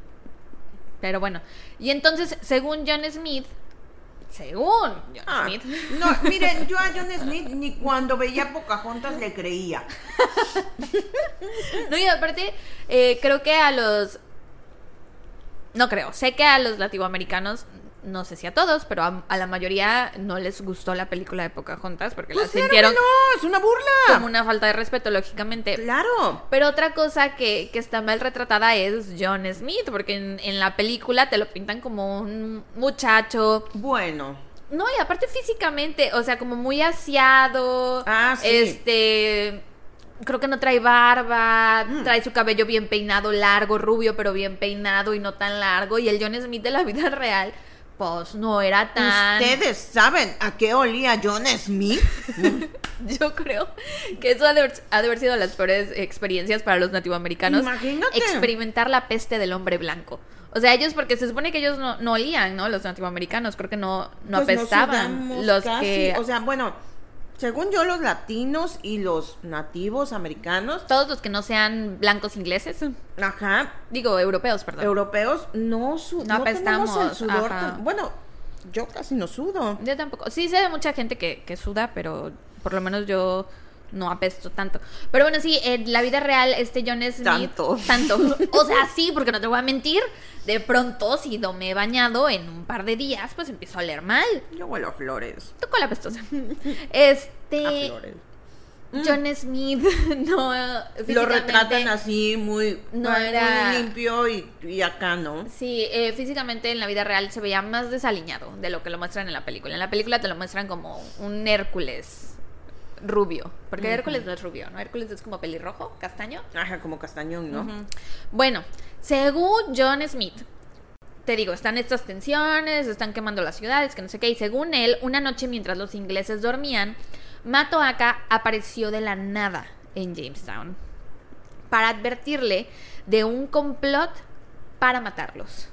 Pero bueno, y entonces, según John Smith, No, miren, yo a John Smith ni cuando veía Pocahontas le creía. No, y aparte, creo que sé que a los latinoamericanos, no sé si a todos, pero a la mayoría no les gustó la película de Pocahontas porque Pues la claro sintieron que no, es una burla. como una falta de respeto, lógicamente. Claro. Pero otra cosa que está mal retratada es John Smith, porque en la película te lo pintan como un muchacho. Bueno. No, y aparte físicamente, o sea, como muy aseado. Ah, sí. Creo que no trae barba, trae su cabello bien peinado, largo, rubio, pero bien peinado y no tan largo. Y el John Smith de la vida real, Pues no era tan... ¿Ustedes saben a qué olía John Smith? Yo creo que eso ha de haber sido las peores experiencias para los nativoamericanos. Imagínate. Experimentar la peste del hombre blanco. O sea, ellos, porque se supone que ellos no olían, ¿no? Los nativoamericanos, creo que no Pues apestaban. nos Los casi. que... O sea, bueno, según yo, los latinos y los nativos americanos, Todos los que no sean blancos ingleses. ajá, Digo, europeos, perdón. europeos, no apestamos, tenemos el sudor ajá. bueno, yo casi no sudo. Yo tampoco. Sí sé de mucha gente que suda, pero por lo menos yo no apesto tanto. Pero bueno, sí, en la vida real, John Smith... Tanto. O sea, sí, porque no te voy a mentir. De pronto, si no me he bañado en un par de días, pues empiezo a oler mal. Yo huelo a flores. Tocó la pestosa. A flores. John Smith, no... Lo físicamente- retratan así muy, No muy era- limpio y acá, ¿no? Sí, físicamente en la vida real se veía más desaliñado de lo que lo muestran en la película. En la película te lo muestran como un Hércules rubio, porque Hércules no es rubio, ¿no? Hércules es como pelirrojo, castaño. Ajá, como castañón, ¿no? Ujú. Bueno, según John Smith, te digo, están estas tensiones, están quemando las ciudades, que no sé qué, y según él, una noche mientras los ingleses dormían, Matoaka apareció de la nada en Jamestown para advertirle de un complot para matarlos.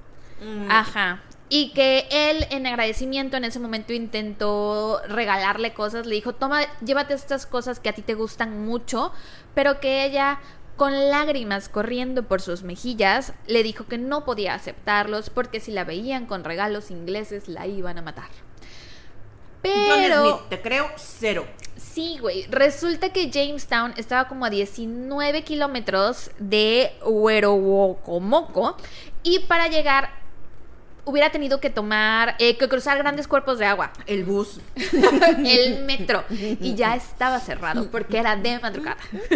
Ajá. Y que él, en agradecimiento, en ese momento intentó regalarle cosas. Le dijo, toma, llévate estas cosas que a ti te gustan mucho. Pero que ella, con lágrimas corriendo por sus mejillas, le dijo que no podía aceptarlos porque si la veían con regalos ingleses la iban a matar. John Pero... Smith, te creo cero. Sí, güey. Resulta que Jamestown estaba como a 19 kilómetros de Huerowocomoco. Y para llegar hubiera tenido que que cruzar grandes cuerpos de agua. El bus. El metro. Y ya estaba cerrado porque era de madrugada.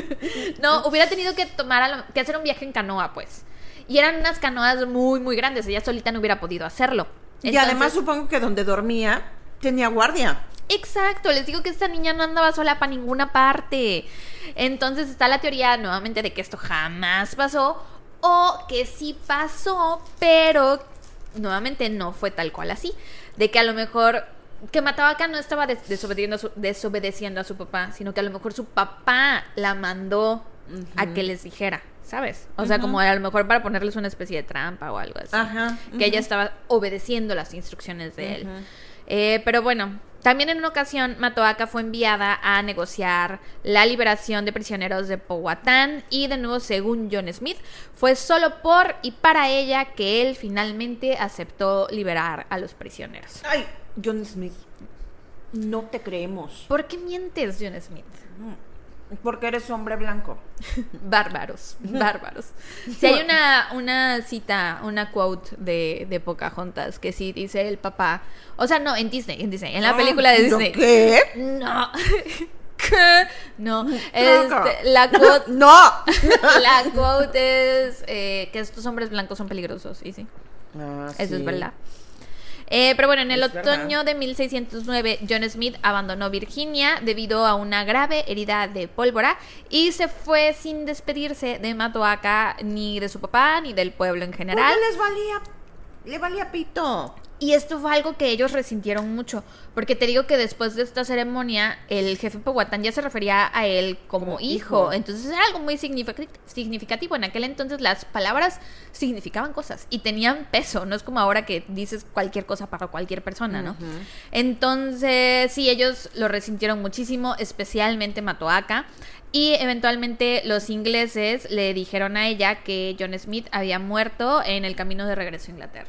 No, hubiera tenido que que hacer un viaje en canoa, pues. Y eran unas canoas muy, muy grandes. Ella solita no hubiera podido hacerlo. Y además supongo que donde dormía tenía guardia. Exacto, les digo que esta niña no andaba sola para ninguna parte. Entonces está la teoría nuevamente de que esto jamás pasó o que sí pasó, pero nuevamente no fue tal cual así. De que a lo mejor que Matoaka no estaba desobedeciendo a su papá, sino que a lo mejor su papá la mandó a que les dijera, ¿sabes? O sea, como a lo mejor para ponerles una especie de trampa o algo así. Ajá. Que ella estaba obedeciendo las instrucciones de él. Pero bueno, también en una ocasión Matoaka fue enviada a negociar la liberación de prisioneros de Powhatan y de nuevo, según John Smith, fue solo por y para ella que él finalmente aceptó liberar a los prisioneros. Ay, John Smith, no te creemos. ¿Por qué mientes, John Smith? Porque eres hombre blanco. Bárbaros, bárbaros. Si hay una cita, una quote de Pocahontas que sí dice el papá, o sea, no, en Disney, en la película de Disney. ¿Qué? No. ¿Qué? No. La quote, No. la quote es que estos hombres blancos son peligrosos, y sí, eso es verdad. Pero bueno, en el otoño de 1609, John Smith abandonó Virginia debido a una grave herida de pólvora y se fue sin despedirse de Matoaka, ni de su papá, ni del pueblo en general. ¿Por qué le valía pito? Y esto fue algo que ellos resintieron mucho, porque te digo que después de esta ceremonia, el jefe Powhatan ya se refería a él como hijo. Entonces era algo muy significativo. En aquel entonces las palabras significaban cosas y tenían peso. No es como ahora que dices cualquier cosa para cualquier persona, ¿no? Entonces, sí, ellos lo resintieron muchísimo, especialmente Matoaka. Y eventualmente los ingleses le dijeron a ella que John Smith había muerto en el camino de regreso a Inglaterra.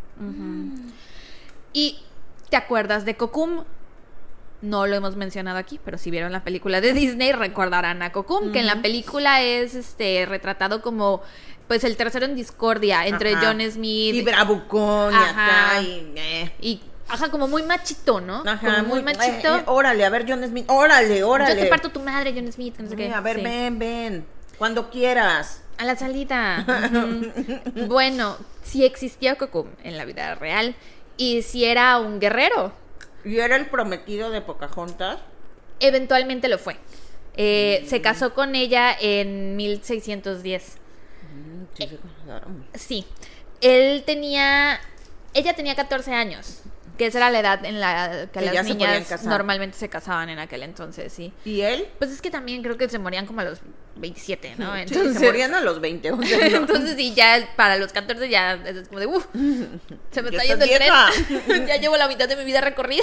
¿Y te acuerdas de Kokum? No lo hemos mencionado aquí, pero si vieron la película de Disney recordarán a Kokum, que en la película es retratado como pues el tercero en discordia entre John Smith y bravucón y acá y como muy machito, ¿no? Ajá, como muy machito. Órale, a ver, John Smith, órale. Yo te parto tu madre, John Smith, no sé qué. A ver, ven, cuando quieras. A la salida. Bueno, si existía Kokum en la vida real y si era un guerrero. ¿Y era el prometido de Pocahontas? Eventualmente lo fue. Se casó con ella en 1610. Sí, se casaron. Sí. Él tenía ella tenía 14 años, que esa era la edad en la que las niñas normalmente se casaban en aquel entonces, sí. ¿Y él? Pues es que también creo que se morían como a los 27, ¿no? Entonces, sí, se morían a los 20. ¿No? Entonces sí, ya para los 14 ya es como de, se me está yendo el tren. Ya llevo la mitad de mi vida recorrida.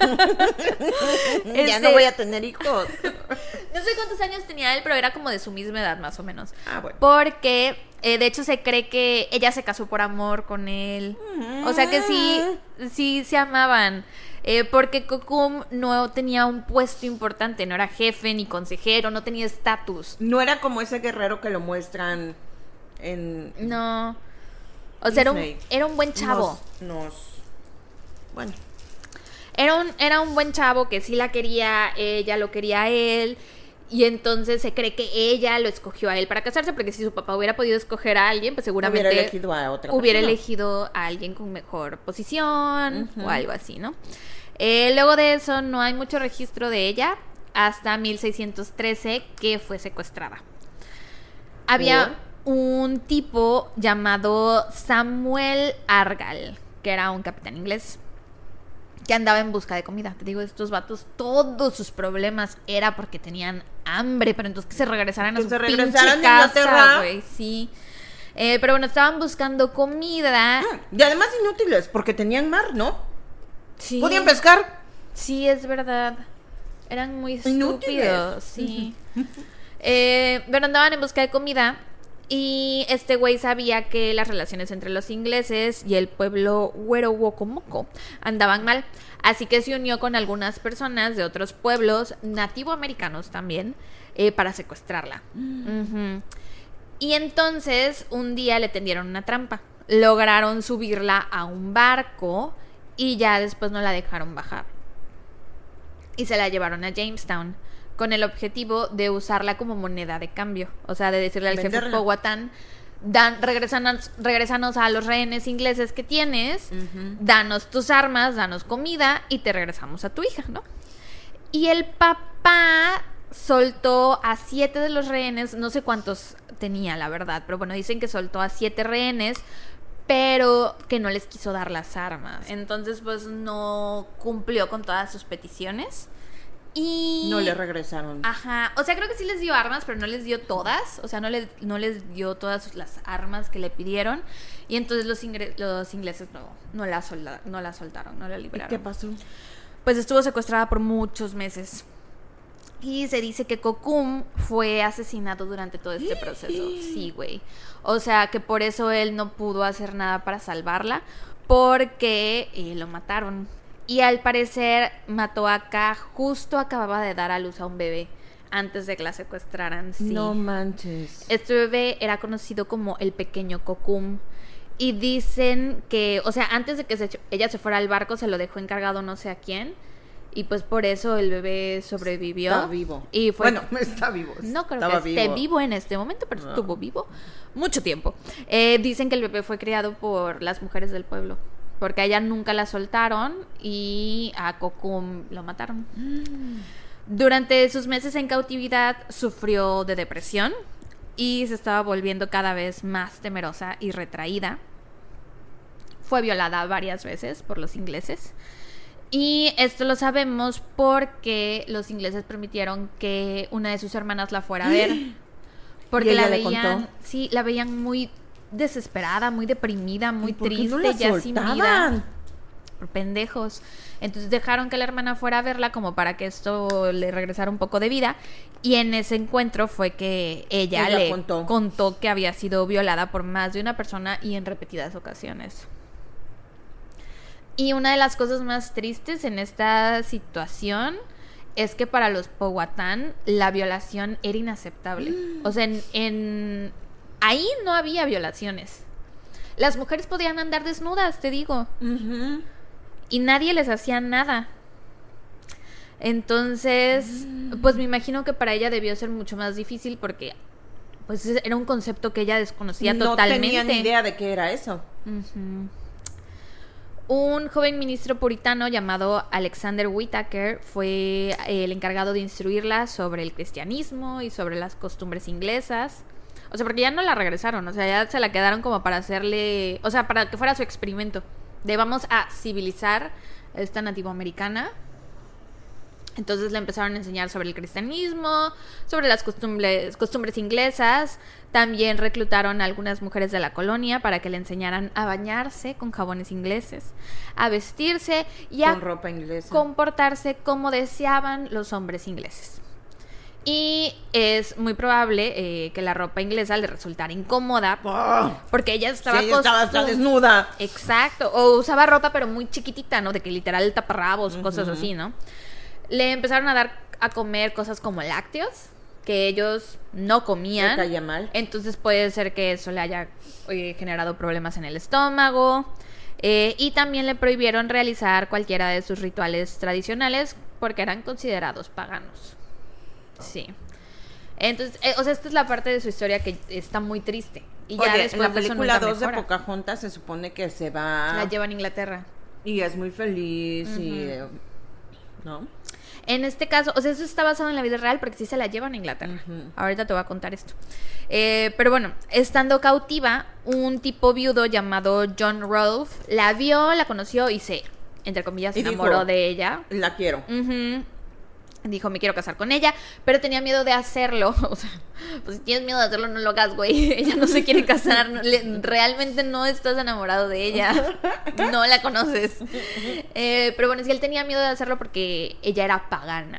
Ya no voy a tener hijos. No sé cuántos años tenía él, pero era como de su misma edad, más o menos. Ah, bueno. Porque, de hecho, se cree que ella se casó por amor con él. O sea que sí se amaban. Porque Kokum no tenía un puesto importante, no era jefe ni consejero, no tenía estatus. No era como ese guerrero que lo muestran en... No. O sea, era un buen chavo. Bueno. Era un buen chavo que sí la quería, ella lo quería a él. Y entonces se cree que ella lo escogió a él para casarse, porque si su papá hubiera podido escoger a alguien, pues seguramente hubiera elegido a alguien con mejor posición o algo así, ¿no? Luego de eso no hay mucho registro de ella hasta 1613, que fue secuestrada. Había un tipo llamado Samuel Argall, que era un capitán inglés, que andaba en busca de comida. Te digo, estos vatos, todos sus problemas era porque tenían hambre, pero entonces que se regresaran a su pinche casa, güey, sí. Pero bueno, estaban buscando comida. Y además inútiles, porque tenían mar, ¿no? Sí. ¿Podían pescar? Sí, es verdad. Eran muy estúpidos, sí. Pero andaban en busca de comida. Y este güey sabía que las relaciones entre los ingleses y el pueblo Huerowocomoco andaban mal, así que se unió con algunas personas de otros pueblos nativoamericanos también para secuestrarla. Y entonces un día le tendieron una trampa, lograron subirla a un barco y ya después no la dejaron bajar y se la llevaron a Jamestown, con el objetivo de usarla como moneda de cambio. O sea, de decirle al jefe Powhatan, regrésanos a los rehenes ingleses que tienes, danos tus armas, danos comida y te regresamos a tu hija, ¿no? Y el papá soltó a 7 de los rehenes, no sé cuántos tenía, la verdad, pero bueno, dicen que soltó a 7 rehenes, pero que no les quiso dar las armas. Entonces, pues, no cumplió con todas sus peticiones. Y no le regresaron. Ajá, o sea, creo que sí les dio armas, pero no les dio todas. O sea, no les dio todas las armas que le pidieron. Y entonces los ingleses no la soltaron, no la liberaron. ¿Y qué pasó? Pues estuvo secuestrada por muchos meses. Y se dice que Kokum fue asesinado durante todo este proceso. Sí, güey. O sea, que por eso él no pudo hacer nada para salvarla, porque lo mataron. Y al parecer mató a K, justo acababa de dar a luz a un bebé antes de que la secuestraran. Sí. No manches. Este bebé era conocido como el pequeño Kokum. Y dicen que, o sea, antes de que ella se fuera al barco, se lo dejó encargado no sé a quién. Y pues por eso el bebé sobrevivió. Está vivo. Y bueno, está vivo. No creo que esté vivo en este momento, pero estuvo vivo mucho tiempo. Dicen que el bebé fue criado por las mujeres del pueblo, porque a ella nunca la soltaron y a Kokum lo mataron. Durante sus meses en cautividad sufrió de depresión y se estaba volviendo cada vez más temerosa y retraída. Fue violada varias veces por los ingleses. Y esto lo sabemos porque los ingleses permitieron que una de sus hermanas la fuera a ver. Porque la veían, sí, la veían muy desesperada, muy deprimida, muy triste, ya sin vida. Por pendejos. Entonces dejaron que la hermana fuera a verla como para que esto le regresara un poco de vida. Y en ese encuentro fue que ella le contó que había sido violada por más de una persona y en repetidas ocasiones. Y una de las cosas más tristes en esta situación es que para los Powhatan la violación era inaceptable. O sea, ahí no había violaciones. Las mujeres podían andar desnudas, te digo. Y nadie les hacía nada. Entonces, pues me imagino que para ella debió ser mucho más difícil porque pues era un concepto que ella desconocía totalmente. No tenía ni idea de qué era eso. Un joven ministro puritano llamado Alexander Whittaker fue el encargado de instruirla sobre el cristianismo y sobre las costumbres inglesas. O sea, porque ya no la regresaron, o sea, ya se la quedaron como para hacerle, o sea, para que fuera su experimento. de vamos a civilizar a esta nativoamericana. Entonces le empezaron a enseñar sobre el cristianismo, sobre las costumbres inglesas. También reclutaron a algunas mujeres de la colonia para que le enseñaran a bañarse con jabones ingleses, a vestirse y a con ropa inglesa, comportarse como deseaban los hombres ingleses. Y es muy probable que la ropa inglesa le resultara incómoda porque ella estaba hasta desnuda. Exacto, o usaba ropa pero muy chiquitita, ¿no? De que literal taparrabos, cosas así, ¿no? Le empezaron a dar a comer cosas como lácteos, que ellos no comían. Le caía mal. Entonces puede ser que eso le haya generado problemas en el estómago. Y también le prohibieron realizar cualquiera de sus rituales tradicionales porque eran considerados paganos. Sí. Entonces, o sea, esta es la parte de su historia que está muy triste. Y ya después en la de eso película nunca 2 de mejora. Pocahontas se supone que se va... La llevan a Inglaterra. Y es muy feliz y... ¿no? En este caso, o sea, eso está basado en la vida real porque sí se la llevan a Inglaterra. Ahorita te voy a contar esto. Pero bueno, estando cautiva, un tipo viudo llamado John Rolfe la vio, la conoció y se, entre comillas, se enamoró de ella. La quiero. Dijo, me quiero casar con ella, pero tenía miedo de hacerlo. O sea, pues si tienes miedo de hacerlo, no lo hagas, güey. Ella no se quiere casar. Realmente no estás enamorado de ella. No la conoces. Pero bueno, sí, él tenía miedo de hacerlo porque ella era pagana.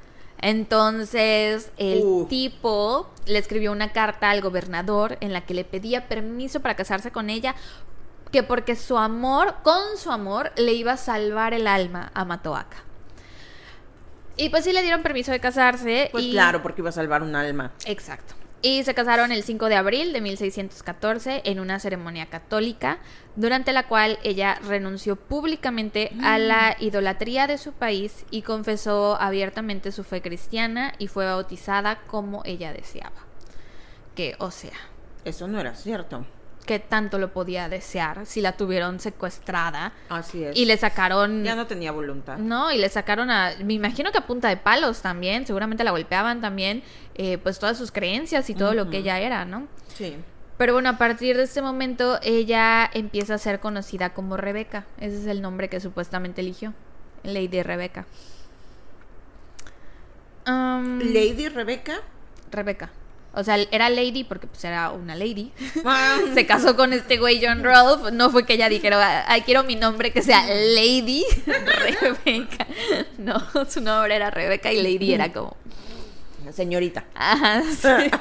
Entonces, el tipo le escribió una carta al gobernador en la que le pedía permiso para casarse con ella, que porque su amor, con su amor, le iba a salvar el alma a Matoaka. Y pues sí le dieron permiso de casarse. Pues claro, porque iba a salvar un alma. Exacto. Y se casaron el 5 de abril de 1614 en una ceremonia católica, durante la cual ella renunció públicamente a la idolatría de su país y confesó abiertamente su fe cristiana y fue bautizada como ella deseaba. Que, o sea... Eso no era cierto. ¿Qué tanto lo podía desear si la tuvieron secuestrada? Así es. Y le sacaron... Ya no tenía voluntad. No, y le sacaron me imagino que a punta de palos también, seguramente la golpeaban también, pues todas sus creencias y todo lo que ella era, ¿no? Sí. Pero bueno, a partir de este momento ella empieza a ser conocida como Rebeca. Ese es el nombre que supuestamente eligió, Lady Rebeca. ¿Lady Rebeca? Rebeca. O sea, era lady porque pues era una lady. Se casó con este güey John Rolfe. No fue que ella dijera, ay, quiero mi nombre que sea Lady Rebeca. No, su nombre era Rebeca y Lady era como... señorita. Ajá, sí.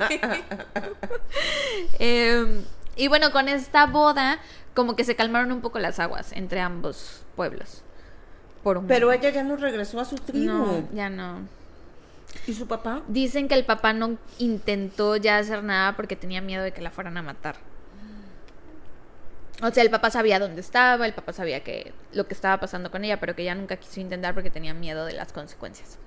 Y bueno, con esta boda como que se calmaron un poco las aguas entre ambos pueblos. Pero ella ya no regresó a su tribu. No, ya no. ¿Y su papá? Dicen que el papá no intentó ya hacer nada porque tenía miedo de que la fueran a matar. O sea, el papá sabía dónde estaba, el papá sabía que lo que estaba pasando con ella, pero que ella nunca quiso intentar porque tenía miedo de las consecuencias.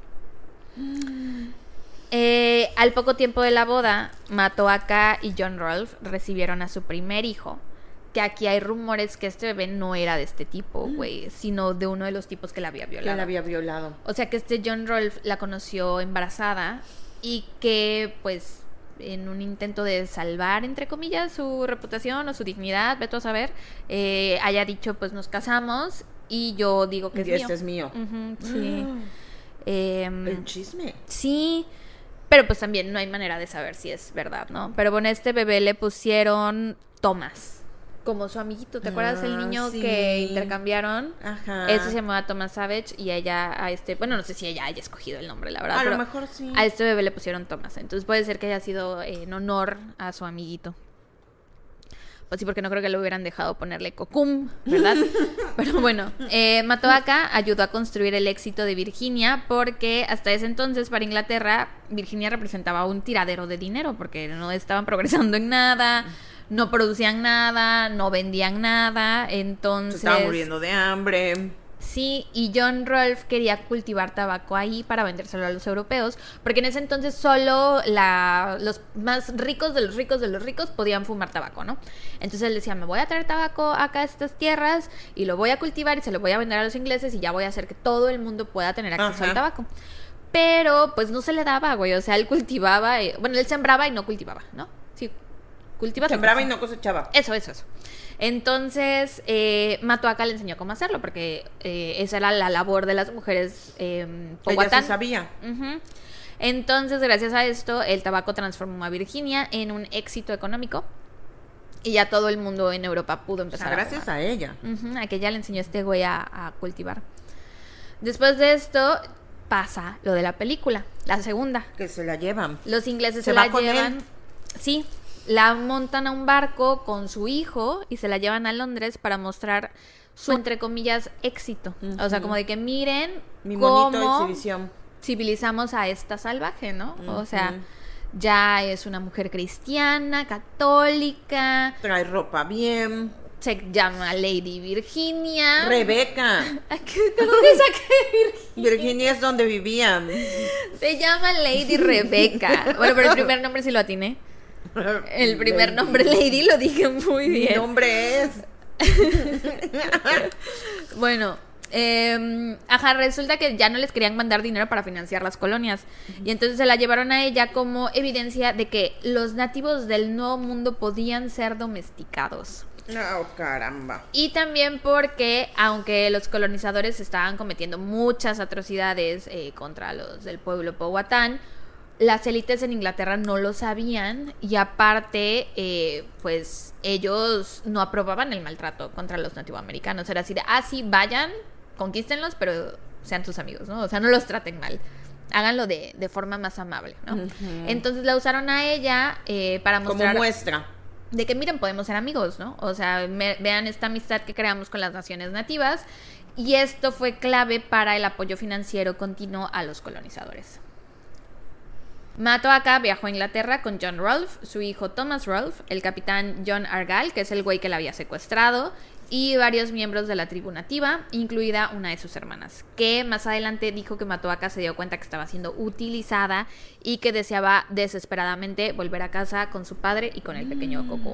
Al poco tiempo de la boda, Matoaka y John Rolfe recibieron a su primer hijo. Que aquí hay rumores que este bebé no era de este tipo, güey, sino de uno de los tipos que la había violado. Que la había violado. O sea que este John Rolfe la conoció embarazada y que, pues, en un intento de salvar, entre comillas, su reputación o su dignidad, vete a saber, haya dicho, pues, nos casamos y yo digo que es mío. Y este es mío. Sí. El chisme. Sí, pero pues también no hay manera de saber si es verdad, ¿no? Pero bueno, a este bebé le pusieron Thomas. Como su amiguito, ¿te acuerdas el niño que intercambiaron? Ajá. Ese se llamaba Thomas Savage y a ella, bueno, no sé si ella haya escogido el nombre, la verdad. A lo mejor sí. A este bebé le pusieron Thomas, entonces puede ser que haya sido en honor a su amiguito. Pues sí, porque no creo que le hubieran dejado ponerle Cocum, ¿verdad? Pero bueno, Matoaka ayudó a construir el éxito de Virginia porque hasta ese entonces para Inglaterra, Virginia representaba un tiradero de dinero porque no estaban progresando en nada. No producían nada, no vendían nada, entonces... Se estaba muriendo de hambre. Sí, y John Rolfe quería cultivar tabaco ahí para vendérselo a los europeos, porque en ese entonces solo los más ricos de los ricos de los ricos podían fumar tabaco, ¿no? Entonces él decía, me voy a traer tabaco acá a estas tierras y lo voy a cultivar y se lo voy a vender a los ingleses y ya voy a hacer que todo el mundo pueda tener acceso al tabaco. Pero pues no se le daba, güey, o sea, él cultivaba, bueno, él sembraba y no cultivaba, ¿no? Sí. Sembraba y no cosechaba. Eso. Entonces, Matoaka le enseñó cómo hacerlo, porque esa era la labor de las mujeres Powhatan. Ella sí sabía. Uh-huh. Entonces, gracias a esto, el tabaco transformó a Virginia en un éxito económico. Y ya todo el mundo en Europa pudo empezar gracias a ella. A que ella le enseñó a este güey a cultivar. Después de esto pasa lo de la película, la segunda. Que se la llevan. Los ingleses se la llevan. Sí, la montan a un barco con su hijo y se la llevan a Londres para mostrar su, entre comillas, éxito. Uh-huh. O sea, como de que miren cómo civilizamos a esta salvaje, ¿no? Uh-huh. O sea, ya es una mujer cristiana, católica. Trae ropa bien. Se llama Lady Virginia. Rebeca. ¿De dónde saqué Virginia? Virginia es donde vivían. Se llama Lady Rebeca. Bueno, pero el primer nombre sí lo atiné. El primer nombre Lady lo dije muy bien. Mi nombre es. Bueno, resulta que ya no les querían mandar dinero para financiar las colonias. Y entonces se la llevaron a ella como evidencia de que los nativos del Nuevo Mundo podían ser domesticados. No, caramba. Y también porque, aunque los colonizadores estaban cometiendo muchas atrocidades contra los del pueblo Powhatan, las élites en Inglaterra no lo sabían. Y aparte, pues ellos no aprobaban el maltrato contra los nativoamericanos. Era así de, sí, vayan, conquístenlos, pero sean sus amigos, ¿no? O sea, no los traten mal. Háganlo de forma más amable, ¿no? Uh-huh. Entonces la usaron a ella para mostrar... Como muestra. De que miren, podemos ser amigos, ¿no? O sea, vean esta amistad que creamos con las naciones nativas. Y esto fue clave para el apoyo financiero continuo a los colonizadores. Matoaka viajó a Inglaterra con John Rolfe, su hijo Thomas Rolfe, el capitán John Argall, que es el güey que la había secuestrado, y varios miembros de la tribu nativa, incluida una de sus hermanas, que más adelante dijo que Matoaka se dio cuenta que estaba siendo utilizada y que deseaba desesperadamente volver a casa con su padre y con el pequeño Coco.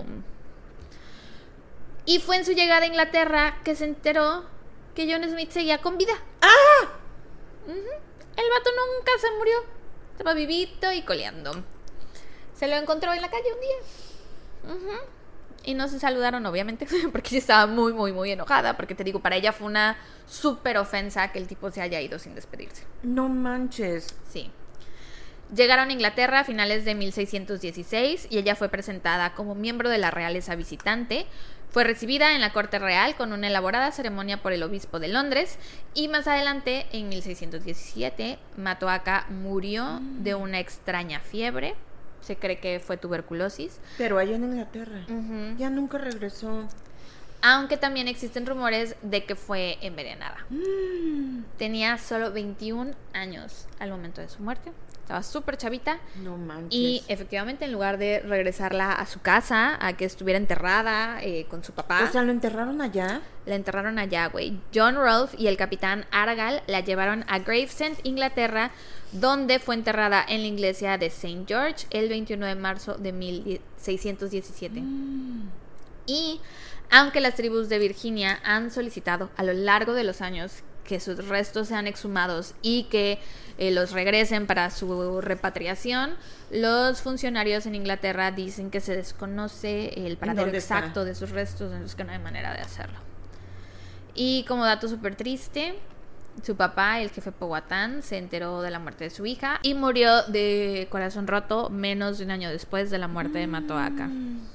Y fue en su llegada a Inglaterra que se enteró que John Smith seguía con vida. ¡Ah! El vato nunca se murió. Estaba vivito y coleando. Se lo encontró en la calle un día. Y no se saludaron, obviamente, porque ella estaba muy, muy, muy enojada. Porque te digo, para ella fue una súper ofensa que el tipo se haya ido sin despedirse. No manches. Sí. Llegaron a Inglaterra a finales de 1616 y ella fue presentada como miembro de la realeza visitante. Fue recibida en la corte real con una elaborada ceremonia por el obispo de Londres. Y más adelante, en 1617, Matoaka murió de una extraña fiebre. Se cree que fue tuberculosis. Pero allá en Inglaterra. Ya nunca regresó. Aunque también existen rumores de que fue envenenada. Tenía solo 21 años al momento de su muerte. Estaba súper chavita. No manches. Y efectivamente, en lugar de regresarla a su casa, a que estuviera enterrada con su papá. O sea, ¿lo enterraron allá? La enterraron allá, güey. John Rolfe y el capitán Argall la llevaron a Gravesend, Inglaterra, donde fue enterrada en la iglesia de St. George el 21 de marzo de 1617. Y aunque las tribus de Virginia han solicitado a lo largo de los años que sus restos sean exhumados y que los regresen para su repatriación, los funcionarios en Inglaterra dicen que se desconoce el paradero exacto de sus restos, entonces que no hay manera de hacerlo. Y como dato súper triste, su papá, el jefe Powhatan, se enteró de la muerte de su hija y murió de corazón roto menos de un año después de la muerte de Matoaka.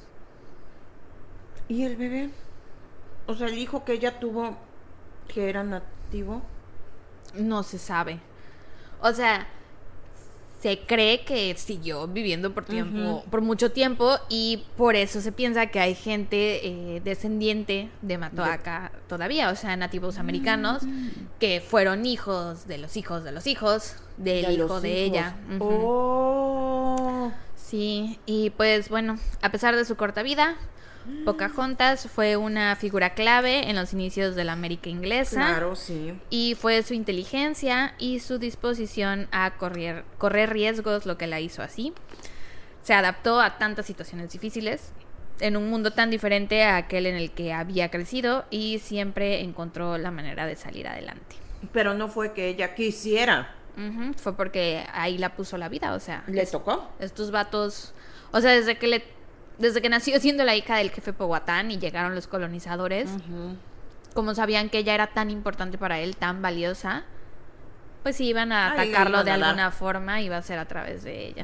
¿Y el bebé? O sea, el hijo que ella tuvo, que era nativo. No se sabe. O sea, se cree que siguió viviendo por mucho tiempo, y por eso se piensa que hay gente descendiente de Matoaka todavía, o sea, nativos americanos que fueron hijos de los hijos de los hijos del hijo de ella. Oh. Sí, y pues bueno, a pesar de su corta vida, Pocahontas fue una figura clave en los inicios de la América inglesa. Claro, sí. Y fue su inteligencia y su disposición a correr riesgos lo que la hizo así. Se adaptó a tantas situaciones difíciles en un mundo tan diferente a aquel en el que había crecido, y siempre encontró la manera de salir adelante. Pero no fue que ella quisiera. Fue porque ahí la puso la vida, o sea. ¿Le tocó? Estos vatos, o sea, desde que desde que nació siendo la hija del jefe Powhatan y llegaron los colonizadores, como sabían que ella era tan importante para él, tan valiosa, pues si iban a atacarlo de alguna forma, iba a ser a través de ella.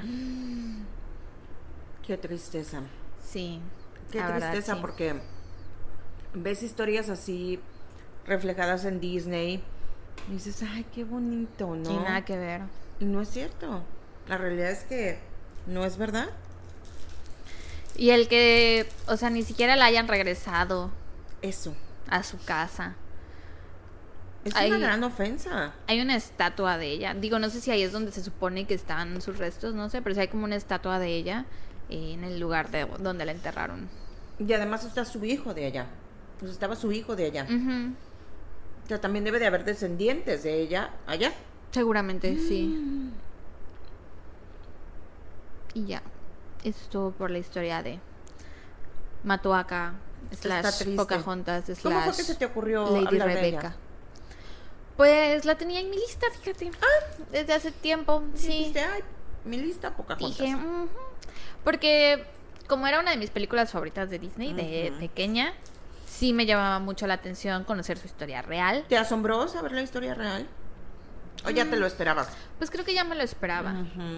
Qué tristeza. Sí. Qué tristeza, verdad, sí. Porque ves historias así reflejadas en Disney y dices, ay, qué bonito, ¿no? Y nada que ver. Y no es cierto. La realidad es que no es verdad. Y el que, o sea, ni siquiera la hayan regresado. Eso. A su casa. Es una gran ofensa. Hay una estatua de ella. Digo, no sé si ahí es donde se supone que están sus restos, no sé, pero sí hay como una estatua de ella en el lugar de donde la enterraron. Y además está su hijo de allá. Pues estaba su hijo de allá. O sea, también debe de haber descendientes de ella allá. Seguramente, sí. Y ya. Eso es todo por la historia de Matoaka / Pocahontas / ¿Cómo fue que se te ocurrió Lady hablar Rebecca? de ella? Pues la tenía en mi lista, fíjate. Desde hace tiempo, sí. Dijiste, ay, mi lista Pocahontas. Dije, porque como era una de mis películas favoritas de Disney, de pequeña, sí me llamaba mucho la atención conocer su historia real. ¿Te asombró saber la historia real? ¿O ya te lo esperabas? Pues creo que ya me lo esperaba.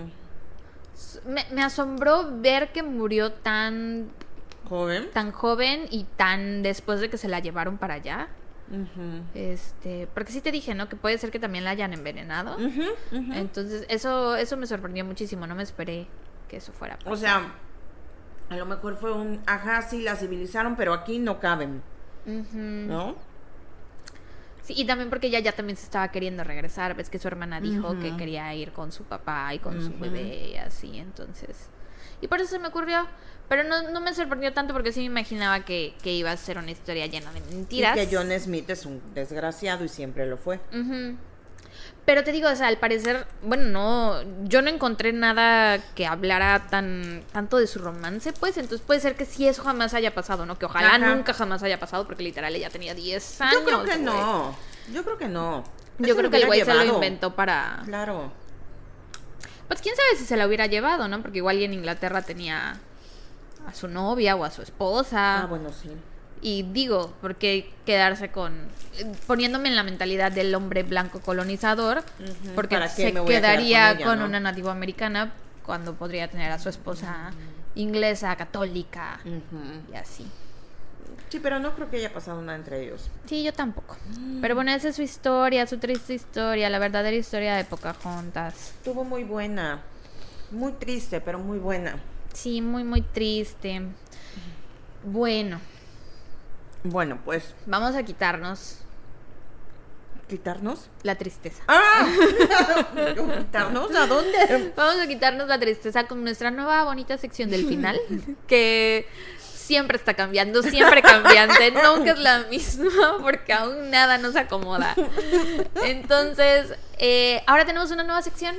Me asombró ver que murió tan joven y tan después de que se la llevaron para allá. Porque sí te dije, ¿no? Que puede ser que también la hayan envenenado. Entonces eso me sorprendió muchísimo. No me esperé que eso fuera a pasar. O sea, a lo mejor fue sí, la civilizaron, pero aquí no caben. ¿No? Sí, y también porque ella ya también se estaba queriendo regresar. Ves que su hermana dijo que quería ir con su papá y con su bebé y así, entonces. Y por eso se me ocurrió. Pero no me sorprendió tanto porque sí me imaginaba que iba a ser una historia llena de mentiras. Y que John Smith es un desgraciado y siempre lo fue. Pero te digo, o sea, al parecer, bueno, yo no encontré nada que hablara tanto de su romance, pues, entonces puede ser que sí eso jamás haya pasado, ¿no? Que ojalá nunca jamás haya pasado, porque literal ella tenía 10 años. Yo creo que no. Yo creo que el güey se lo inventó para... Claro. Pues quién sabe si se la hubiera llevado, ¿no? Porque igual en Inglaterra tenía a su novia o a su esposa. Bueno, sí. Y digo, porque quedarse poniéndome en la mentalidad del hombre blanco colonizador, porque se quedaría con una nativa americana cuando podría tener a su esposa inglesa, católica y así. Sí, pero no creo que haya pasado nada entre ellos. Sí, yo tampoco. Pero bueno, esa es su historia, su triste historia, la verdadera historia de Pocahontas. Estuvo muy buena, muy triste, pero muy buena. Sí, muy, muy triste. Bueno, pues vamos a quitarnos. ¿Quitarnos? La tristeza. ¿Quitarnos? ¿A dónde? Vamos a quitarnos la tristeza con nuestra nueva bonita sección del final, que siempre está cambiando, siempre cambiante, nunca es la misma, porque aún nada nos acomoda. Entonces, ahora tenemos una nueva sección.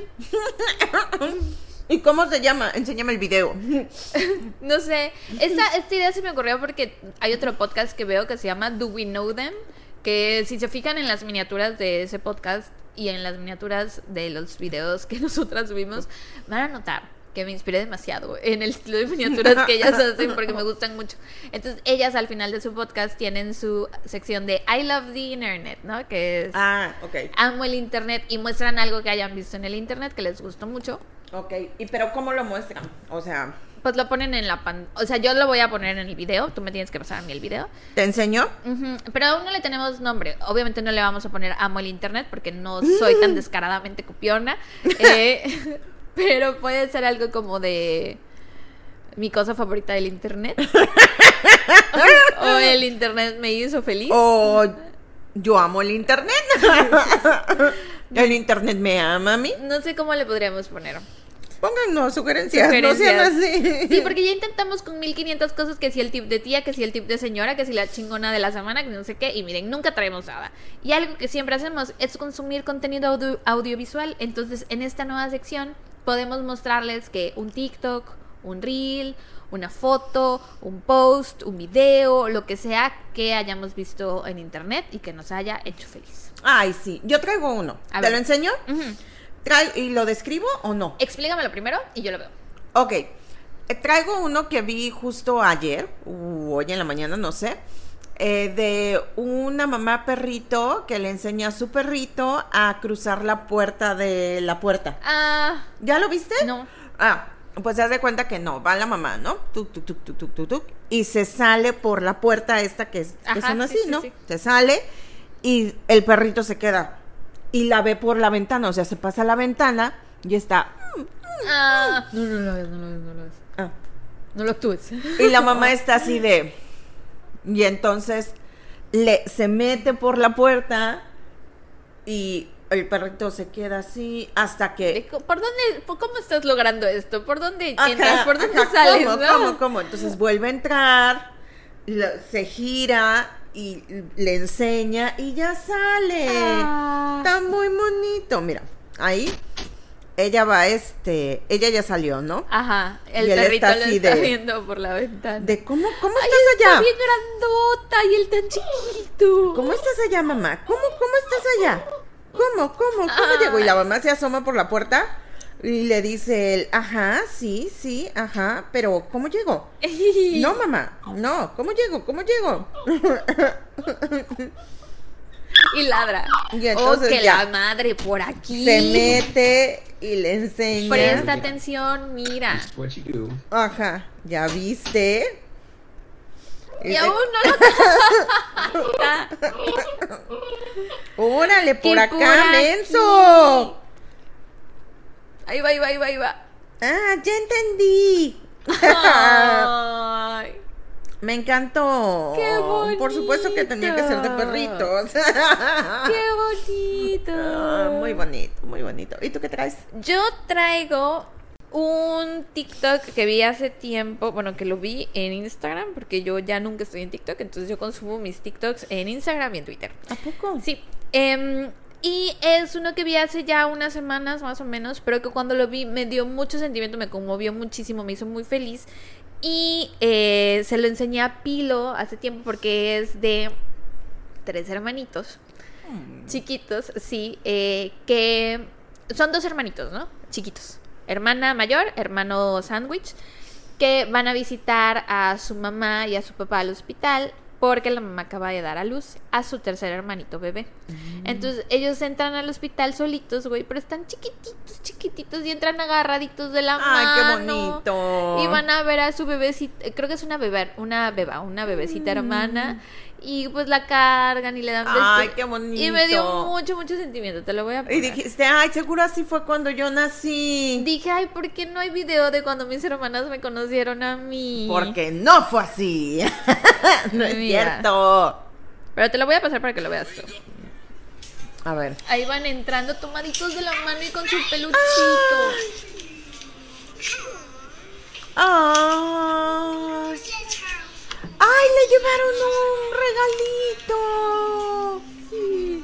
¿Y cómo se llama? Enséñame el video. No sé, esta idea se me ocurrió porque hay otro podcast que veo que se llama Do We Know Them, que si se fijan en las miniaturas de ese podcast y en las miniaturas de los videos que nosotras subimos, van a notar que me inspiré demasiado en el estilo de miniaturas que ellas hacen porque me gustan mucho. Entonces ellas al final de su podcast tienen su sección de I Love the Internet, ¿no? Que es amo el internet, y muestran algo que hayan visto en el internet que les gustó mucho. Pero ¿cómo lo muestran? O sea, pues lo ponen en la o sea, yo lo voy a poner en el video. Tú me tienes que pasar a mí el video. ¿Te enseño? Pero aún no le tenemos nombre. Obviamente no le vamos a poner amo el internet porque no soy tan descaradamente copiona. Pero puede ser algo como de mi cosa favorita del internet. O el internet me hizo feliz. O yo amo el internet. El internet me ama a mí. No sé cómo le podríamos poner. Pónganos sugerencias, no sean así. Sí, porque ya intentamos con 1500 cosas, que si el tip de tía, que si el tip de señora, que si la chingona de la semana, que no sé qué, y miren, nunca traemos nada. Y algo que siempre hacemos es consumir contenido audiovisual. Entonces, en esta nueva sección podemos mostrarles que un TikTok, un Reel, una foto, un post, un video, lo que sea que hayamos visto en internet y que nos haya hecho feliz. Ay, sí, yo traigo uno. ¿Te lo enseño? ¿Y lo describo o no? Explícamelo primero y yo lo veo. Ok. traigo uno que vi justo ayer, hoy en la mañana, no sé, de una mamá perrito que le enseña a su perrito a cruzar la puerta de la puerta. ¿Ya lo viste? No. Pues se hace cuenta que no, va la mamá, ¿no? Tuc, tuc, tuc, tuc, tuc, tuc, tuc, y se sale por la puerta esta que son así, ¿no? Sí. Se sale y el perrito se queda y la ve por la ventana, o sea, se pasa a la ventana y está... No lo ves. No lo actúes. Y la mamá está así de... Y entonces se mete por la puerta y el perrito se queda así hasta que... ¿Por dónde? ¿Cómo estás logrando esto? ¿Por dónde entras? ¿Por dónde sales? ¿Cómo? Entonces vuelve a entrar, se gira y le enseña y ya sale. Está muy bonito. Mira, ahí ella va, ella ya salió, ¿no? Ajá. El perrito lo está viendo por la ventana. ¿Cómo estás está allá? Bien grandota y él tan chiquito. ¿Cómo estás allá, mamá? ¿Cómo estás allá? ¿Cómo llegó? Y la mamá se asoma por la puerta y le dice él, ajá, sí, ajá, pero ¿cómo llego? No, mamá, no, ¿cómo llego? Y ladra. Y entonces que la madre por aquí. Se mete y le enseña. Presta atención, mira. Ajá, ¿ya viste? Y aún no lo... Órale, por acá, menso. Ahí va. Ya entendí. Ay. Me encantó. Qué bonito. Por supuesto que tenía que ser de perritos. Qué bonito. Muy bonito. ¿Y tú qué traes? Yo traigo un TikTok que vi hace tiempo, bueno, que lo vi en Instagram, porque yo ya nunca estoy en TikTok, entonces yo consumo mis TikToks en Instagram y en Twitter. ¿A poco? Sí. Y es uno que vi hace ya unas semanas más o menos, pero que cuando lo vi me dio mucho sentimiento, me conmovió muchísimo, me hizo muy feliz. Y se lo enseñé a Pilo hace tiempo porque es de 3 hermanitos chiquitos, sí, que son 2 hermanitos, ¿no? Chiquitos. Hermana mayor, hermano sándwich, que van a visitar a su mamá y a su papá al hospital porque la mamá acaba de dar a luz a su tercer hermanito bebé. Entonces ellos entran al hospital solitos, güey, pero están chiquititos y entran agarraditos de la mano. ¡Ay, qué bonito! Y van a ver a su bebecita, creo que es una bebecita hermana. Y pues la cargan y le dan besos. ¡Ay, qué bonito! Y me dio mucho sentimiento, te lo voy a poner. Y dijiste, ay, seguro así fue cuando yo nací. Dije, ay, ¿por qué no hay video de cuando mis hermanas me conocieron a mí? Porque no fue así. No es cierto. Pero te lo voy a pasar para que lo veas tú. A ver. Ahí van entrando tomaditos de la mano y con su peluchito. ¡Ay, le llevaron un regalito! Sí.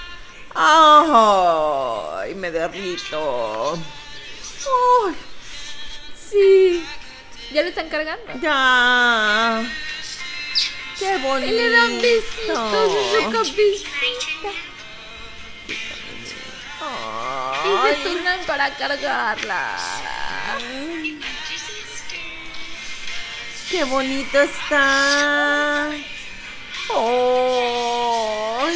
¡Ay, me derrito! ¡Ay! Sí. ¿Ya lo están cargando? ¡Ya! ¡Qué bonito! Y le dan besitos en su cabecita. Y se turnan para cargarla. ¡Qué bonito está! ¡Oh!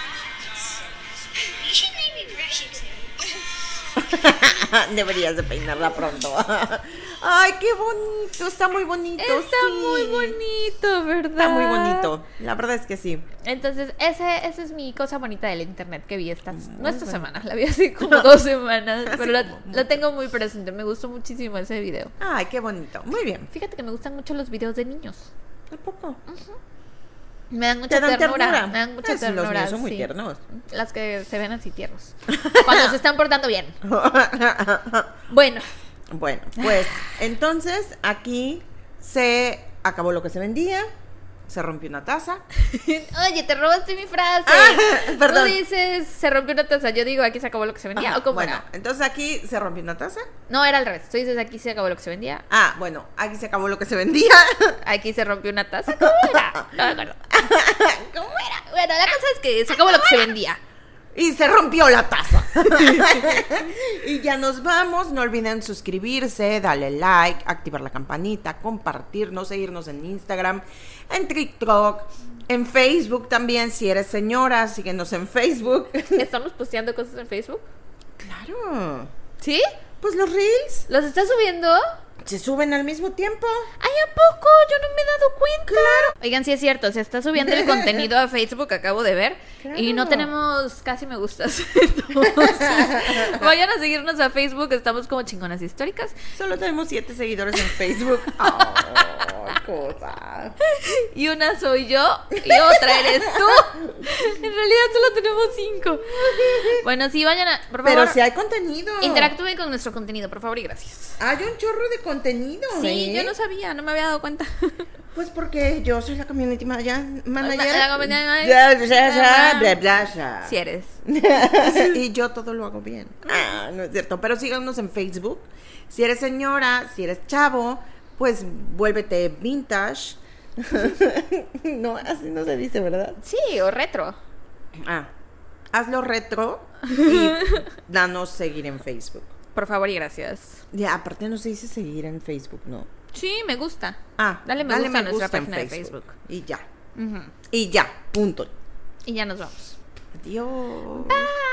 Deberías de peinarla pronto. ¡Ay, qué bonito! Está muy bonito. Está muy bonito, ¿verdad? Está muy bonito. La verdad es que sí. Entonces, esa es mi cosa bonita del internet que vi no esta semana, la vi así como 2 semanas, pero la tengo muy presente. Me gustó muchísimo ese video. Ay, qué bonito. Muy bien. Fíjate que me gustan mucho los videos de niños. ¿A poco? Me dan mucha ternura. Me dan mucha ternura. Los niños son muy tiernos. Las que se ven así tiernos. Cuando se están portando bien. Bueno, pues entonces aquí se acabó lo que se vendía. Se rompió una taza. Oye, te robaste mi frase. Perdón. Tú dices, se rompió una taza. Yo digo, aquí se acabó lo que se vendía. ¿O cómo era? Entonces aquí se rompió una taza. No, era al revés. Tú dices, aquí se acabó lo que se vendía. Bueno, aquí se acabó lo que se vendía. Aquí se rompió una taza. ¿Cómo era? No me acuerdo. ¿Cómo era? Bueno, la cosa es que se acabó lo que se vendía. Y se rompió la taza. Y ya nos vamos. No olviden suscribirse, darle like, activar la campanita, compartirnos, seguirnos en Instagram, en TikTok, en Facebook también. Si eres señora, síguenos en Facebook. ¿Estamos posteando cosas en Facebook? Claro. ¿Sí? Pues los reels ¿Los estás subiendo? se suben al mismo tiempo. ¡Ay, a poco! Yo no me he dado cuenta. Claro. Oigan, sí es cierto, se está subiendo el contenido a Facebook, acabo de ver. Claro. Y no tenemos casi me gustas. Entonces, vayan a seguirnos a Facebook, estamos como Chingonas Históricas. Solo tenemos 7 seguidores en Facebook. Oh, cosa. Y una soy yo y otra eres tú. En realidad solo tenemos 5. Bueno, sí, vayan a, por favor. Pero si hay contenido. Interactúen con nuestro contenido, por favor y gracias. Hay un chorro de contenido. Sí, yo no sabía, no me había dado cuenta. Pues porque yo soy la community manager. La community manager. Si eres. Y yo todo lo hago bien. Ah, no es cierto. Pero síganos en Facebook. Si eres señora, si eres chavo, pues vuélvete vintage. No, así no se dice, ¿verdad? Sí, o retro. Ah, hazlo retro y danos seguir en Facebook. Por favor y gracias. Ya, aparte no se dice seguir en Facebook, ¿no? Sí, me gusta. Ah, dale me gusta a nuestra página de Facebook. Y ya. Ujú. Y ya, punto. Y ya nos vamos. Adiós. Bye.